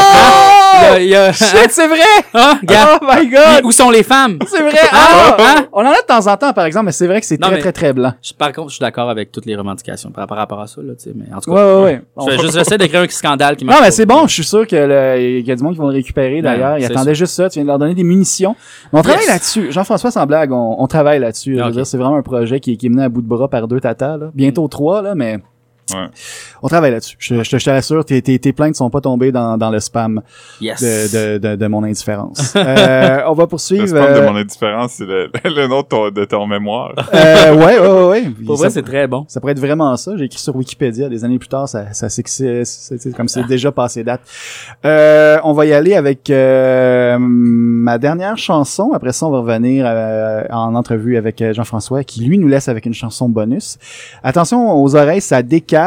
Oh! Shit, c'est vrai! Ah, regarde. Oh my god! Où sont les femmes? C'est vrai! Hein? On en a de temps en temps, par exemple, mais c'est vrai que c'est très blanc. Par contre, je suis d'accord avec toutes les revendications par rapport à ça, là, tu sais, mais en tout cas. Ouais. J'essaie de créer un scandale qui marche. Non, mais c'est bon, je suis sûr qu'il y a du monde qui vont le récupérer, d'ailleurs. Ils attendaient juste ça, tu viens de leur donner des munitions. Mais on travaille là-dessus. Jean-François, sans blague, on travaille là-dessus. Je veux dire, c'est vraiment un projet qui est mené à bout de bras par 2 tatas, là. Bientôt 3, là, mais... Ouais. On travaille là-dessus. Je te rassure, tes plaintes sont pas tombées dans le spam de mon indifférence. On va poursuivre. Le spam de mon indifférence, c'est le nom de ton mémoire. Ouais. Pour vrai, c'est très bon. Ça pourrait être vraiment ça. J'ai écrit sur Wikipédia des années plus tard, c'est comme c'est déjà passé date. On va y aller avec ma dernière chanson. Après ça, on va revenir en entrevue avec Jean-François, qui lui nous laisse avec une chanson bonus. Attention aux oreilles, ça décape.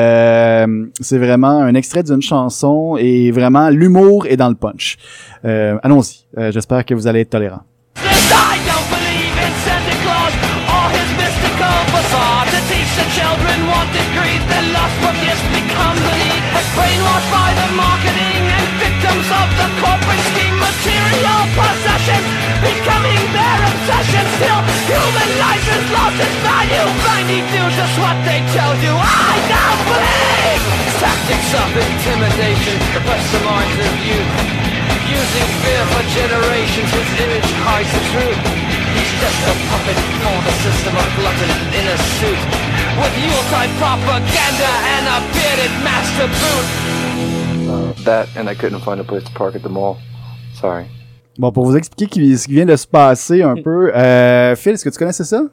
C'est vraiment un extrait d'une chanson et vraiment l'humour est dans le punch. Allons-y. J'espère que vous allez être tolérants. I don't believe in Santa Claus or his mystical facade to teach the children what to greed. The lust for gifts becomes a need. Brainwashed by the marketing and victims of the corporate scheme. Material possessions becoming their obsession. Still, human life has lost its value. Blindly do just what they tell you. I don't believe tactics of intimidation to press the minds of youth. Using fear for generations, his image hides the truth. He's just a puppet for the system of glutton in a suit, with Yuletide propaganda and a bearded master boot. That and I couldn't find a place to park at the mall. Sorry. Bon, pour vous expliquer ce qui vient de se passer un peu, Phil, est-ce que tu connaissais ça?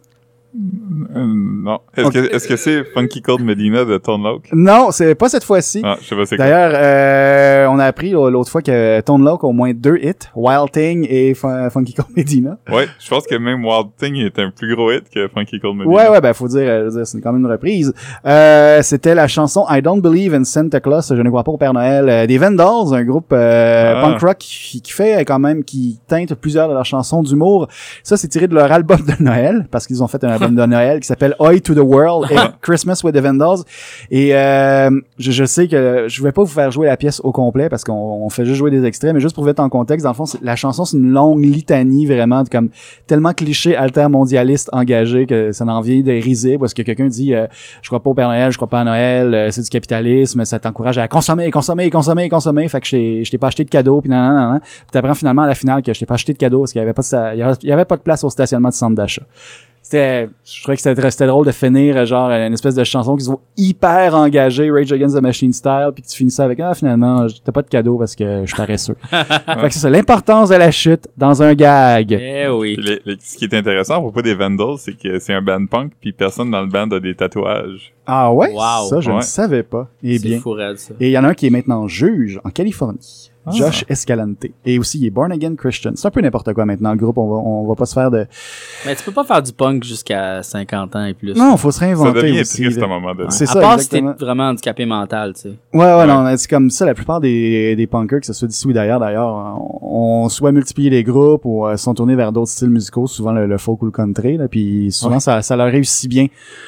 Non. Est-ce que c'est Funky Cold Medina de Tone Loc? Non, c'est pas cette fois-ci. Ah, je sais pas c'est quoi. D'ailleurs, on a appris l'autre fois que Tone Loc a au moins 2 hits, Wild Thing et Funky Cold Medina. Ouais, je pense que même Wild Thing est un plus gros hit que Funky Cold Medina. Ouais, ben faut dire c'est quand même une reprise. C'était la chanson I Don't Believe in Santa Claus, je ne crois pas au Père Noël, des Vandals, un groupe punk rock qui fait quand même, qui teinte plusieurs de leurs chansons d'humour. Ça, c'est tiré de leur album de Noël, parce qu'ils ont fait un album de Noël qui s'appelle Oi to the World et Christmas with the Vandals. Et je sais que je vais pas vous faire jouer la pièce au complet parce qu'on fait juste jouer des extraits, mais juste pour vous mettre en contexte, dans le fond, la chanson, c'est une longue litanie vraiment comme tellement cliché altermondialiste engagé que ça en vient de risible parce que quelqu'un dit je crois pas au Père Noël, je crois pas à Noël, c'est du capitalisme, ça t'encourage à consommer. Fait que je t'ai pas acheté de cadeau puis non. Puis t'apprends finalement à la finale que je t'ai pas acheté de cadeau parce qu'il y avait pas de place au stationnement de centre d'achat. Je trouvais que c'était drôle de finir genre une espèce de chanson qui se voit hyper engagée, Rage Against the Machine style, puis que tu finis ça avec finalement t'as pas de cadeau parce que je suis paresseux. Fait que c'est ça, l'importance de la chute dans un gag. Eh oui. Ce qui est intéressant à propos des Vandals, c'est que c'est un band punk puis personne dans le band a des tatouages. Ah ouais? Wow. Ça, je ne savais pas. Eh bien. C'est fou raide, ça. Et il y en a un qui est maintenant juge en Californie. Josh Escalante. Et aussi, il est Born Again Christian. C'est un peu n'importe quoi maintenant, le groupe. On va pas se faire de... Mais tu peux pas faire du punk jusqu'à 50 ans et plus. Non, faut se réinventer. Ça devient aussi, triste à un moment donné. C'est à ça, part exactement. si t'es vraiment handicapé mental, tu sais. Ouais, non, c'est comme ça. La plupart des punkers, que ce soit d'ici ou d'ailleurs, on soit multiplié les groupes ou sont tournés vers d'autres styles musicaux, souvent le folk ou le country, là, puis souvent ça leur réussit bien.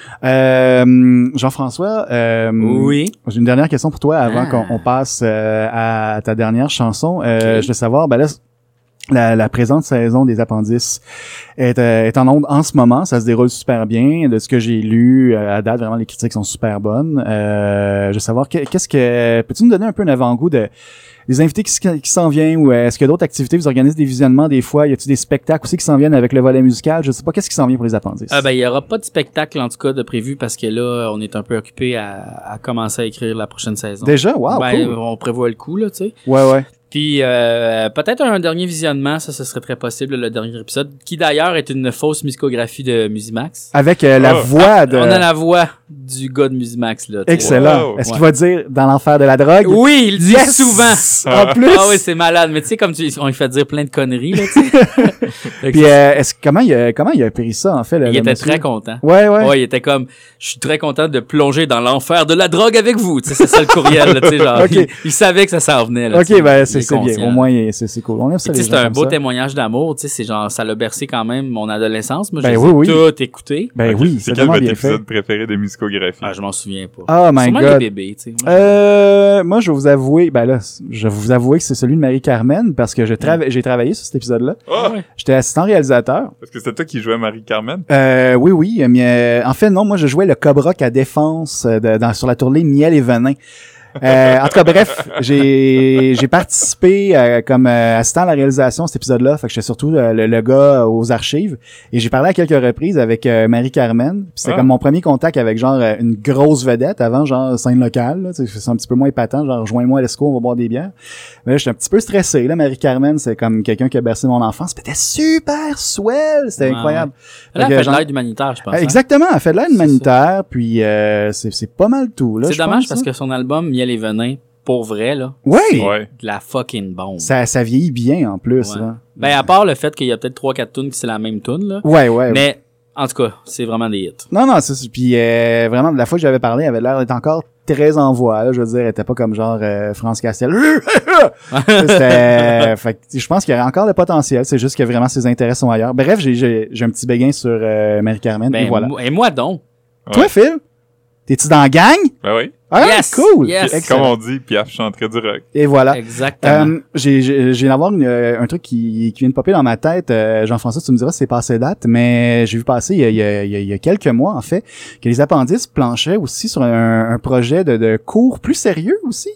Jean-François, oui. J'ai une dernière question pour toi avant qu'on passe à ta dernière chanson. Je veux savoir, ben là, la présente saison des Appendices est en onde en ce moment. Ça se déroule super bien. De ce que j'ai lu à date, vraiment, les critiques sont super bonnes. Je veux savoir, peux-tu nous donner un peu un avant-goût des invités qui s'en viennent, ou est-ce qu'il y a d'autres activités? Vous organisez des visionnements des fois? Y a-t-il des spectacles aussi qui s'en viennent avec le volet musical? Je sais pas, qu'est-ce qui s'en vient pour les Appendices? Ben, il y aura pas de spectacle, en tout cas, de prévu parce que là, on est un peu occupé à commencer à écrire la prochaine saison. Déjà? Wow, cool. On prévoit le coup, là, tu sais. Ouais. Puis peut-être un dernier visionnement, ça ce serait très possible, le dernier épisode, qui d'ailleurs est une fausse musicographie de Musimax. Avec la voix de... On a la voix du gars de Musimax, là. Excellent. Wow. Est-ce qu'il va dire dans l'enfer de la drogue? Oui, il dit souvent. En plus. Ah oui, c'est malade. Mais tu sais, comme on lui fait dire plein de conneries, là, tu sais. Puis comment il a pris ça, en fait? Il était très content. Ouais. Ouais, il était comme, je suis très content de plonger dans l'enfer de la drogue avec vous. Tu sais, c'est ça le courriel, là, tu sais, genre. Okay. Il savait que ça s'en venait, là. Ok, ben, c'est bien. Au moins, c'est cool. On aime ça. C'est un beau témoignage d'amour, tu sais, c'est genre, ça l'a bercé quand même mon adolescence. Moi, j'ai tout écouté. Ben oui, c'est quel votre épisode préféré de musicographie? Ah, je m'en souviens pas. Oh my Sûrement God. les bébés, tu sais. Moi, je vais vous avouer, que c'est celui de Marie-Carmen parce que j'ai travaillé sur cet épisode-là. Oh! J'étais assistant réalisateur. Parce que c'était toi qui jouais Marie-Carmen? Oui, mais en fait, non, moi, je jouais le Cobra à défense sur la tournée Miel et Venin. En tout cas, bref, j'ai participé comme assistant à la réalisation de cet épisode-là. Fait que j'étais surtout le gars aux archives. Et j'ai parlé à quelques reprises avec Marie-Carmen. Puis c'était comme mon premier contact avec genre une grosse vedette avant, genre scène locale. Là, c'est un petit peu moins épatant, genre rejoins-moi à l'ESCO, on va boire des bières. Mais là, j'étais un petit peu stressé. Là, Marie-Carmen, c'est comme quelqu'un qui a bercé mon enfance. C'était super swell, c'était incroyable. Elle a fait de l'aide humanitaire, je pense. Exactement, elle fait de l'aide humanitaire. Puis c'est pas mal tout. Là, c'est dommage parce que son album Miel et Venin, pour vrai, là. Oui! C'est de la fucking bombe. Ça vieillit bien, en plus, là. Ben, à part le fait qu'il y a peut-être 3-4 tunes qui c'est la même tune, là. Ouais. Mais, en tout cas, c'est vraiment des hits. Non, c'est puis vraiment, de la fois que j'avais parlé, elle avait l'air d'être encore très en voix, là. Je veux dire, elle était pas comme genre France Castel. Fait que je pense qu'il y aurait encore le potentiel. C'est juste que vraiment ses intérêts sont ailleurs. Bref, j'ai un petit béguin sur Marie-Carmen, et voilà. Et moi donc. Toi, Phil? T'es-tu dans la gang? Ben oui. Ah, yes, cool! Yes. Comme on dit, Piaf chanterait du rock. Et voilà. Exactement. J'ai d'avoir un truc qui vient de popper dans ma tête. Jean-François, tu me diras si c'est passé date, mais j'ai vu passer il y a quelques mois, en fait, que les Appendices planchaient aussi sur un projet de cours plus sérieux aussi.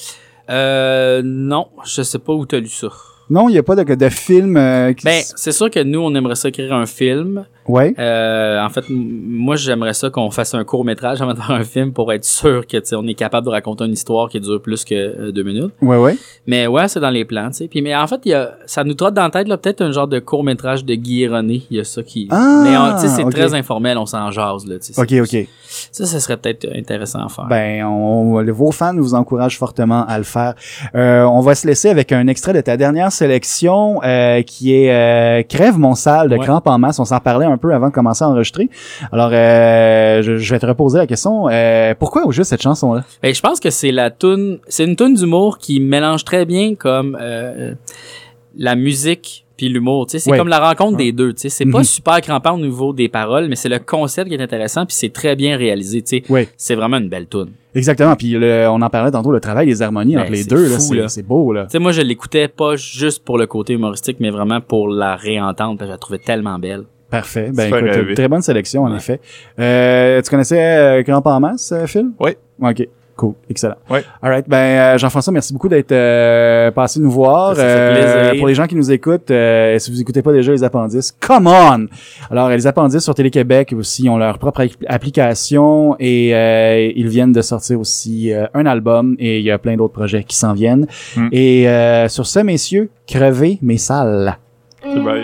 Non, je sais pas où t'as lu ça. Non, il y a pas de film c'est sûr que nous, on aimerait ça écrire un film. Ouais. En fait, moi, j'aimerais ça qu'on fasse un court-métrage avant de faire un film pour être sûr que, on est capable de raconter une histoire qui dure plus que 2 minutes. Ouais. Mais ouais, c'est dans les plans, tu sais. Puis, mais en fait, ça nous trotte dans la tête, là, peut-être un genre de court-métrage de Guy René. Il y a ça qui... mais, tu sais, c'est très informel, on s'en jase, là, tu sais. OK. Ça serait peut-être intéressant à faire. Ben, vos fans vous encouragent fortement à le faire. On va se laisser avec un extrait de ta dernière sélection, qui est Crève mon salle de Crampe en masse. On s'en parlait un peu avant de commencer à enregistrer. Alors, je vais te reposer la question. Pourquoi au juste cette chanson-là? Ben, je pense que c'est une toune d'humour qui mélange très bien comme la musique puis l'humour, tu sais, c'est comme la rencontre des deux, tu sais, c'est pas super crampant au niveau des paroles, mais c'est le concept qui est intéressant puis c'est très bien réalisé, tu sais. C'est vraiment une belle toune. Exactement, puis on en parlait tantôt, le travail des harmonies entre les deux, là, c'est beau, là. Tu sais, moi, je l'écoutais pas juste pour le côté humoristique, mais vraiment pour la réentendre, parce que je la trouvais tellement belle. Parfait. Ben, écoute, très bonne sélection, en effet. Tu connaissais Crampe en masse, Phil? Oui. OK. Cool, excellent. Ouais. Alright, Jean-François, merci beaucoup d'être passé nous voir. Ça fait plaisir. Pour les gens qui nous écoutent, si vous écoutez pas déjà Les Appendices, come on! Alors, Les Appendices sur Télé-Québec aussi ont leur propre application et ils viennent de sortir aussi un album et il y a plein d'autres projets qui s'en viennent. Et sur ce, messieurs, crevez mes salles. C'est bye.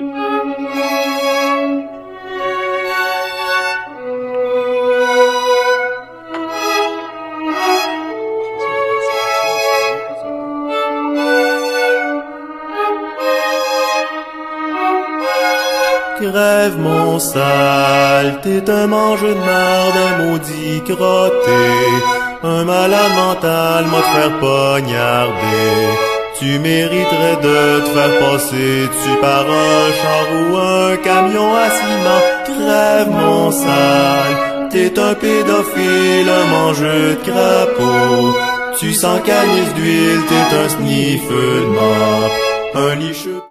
Crève mon sale, t'es un mangeux de merde, un maudit crotté, un malade mental, m'a te faire poignarder. Tu mériterais de te faire passer dessus par un char ou un camion à ciment. Crève mon sale, t'es un pédophile, un mangeux de crapaud. Tu sens canif d'huile, t'es un sniffeux de mort, un licheux.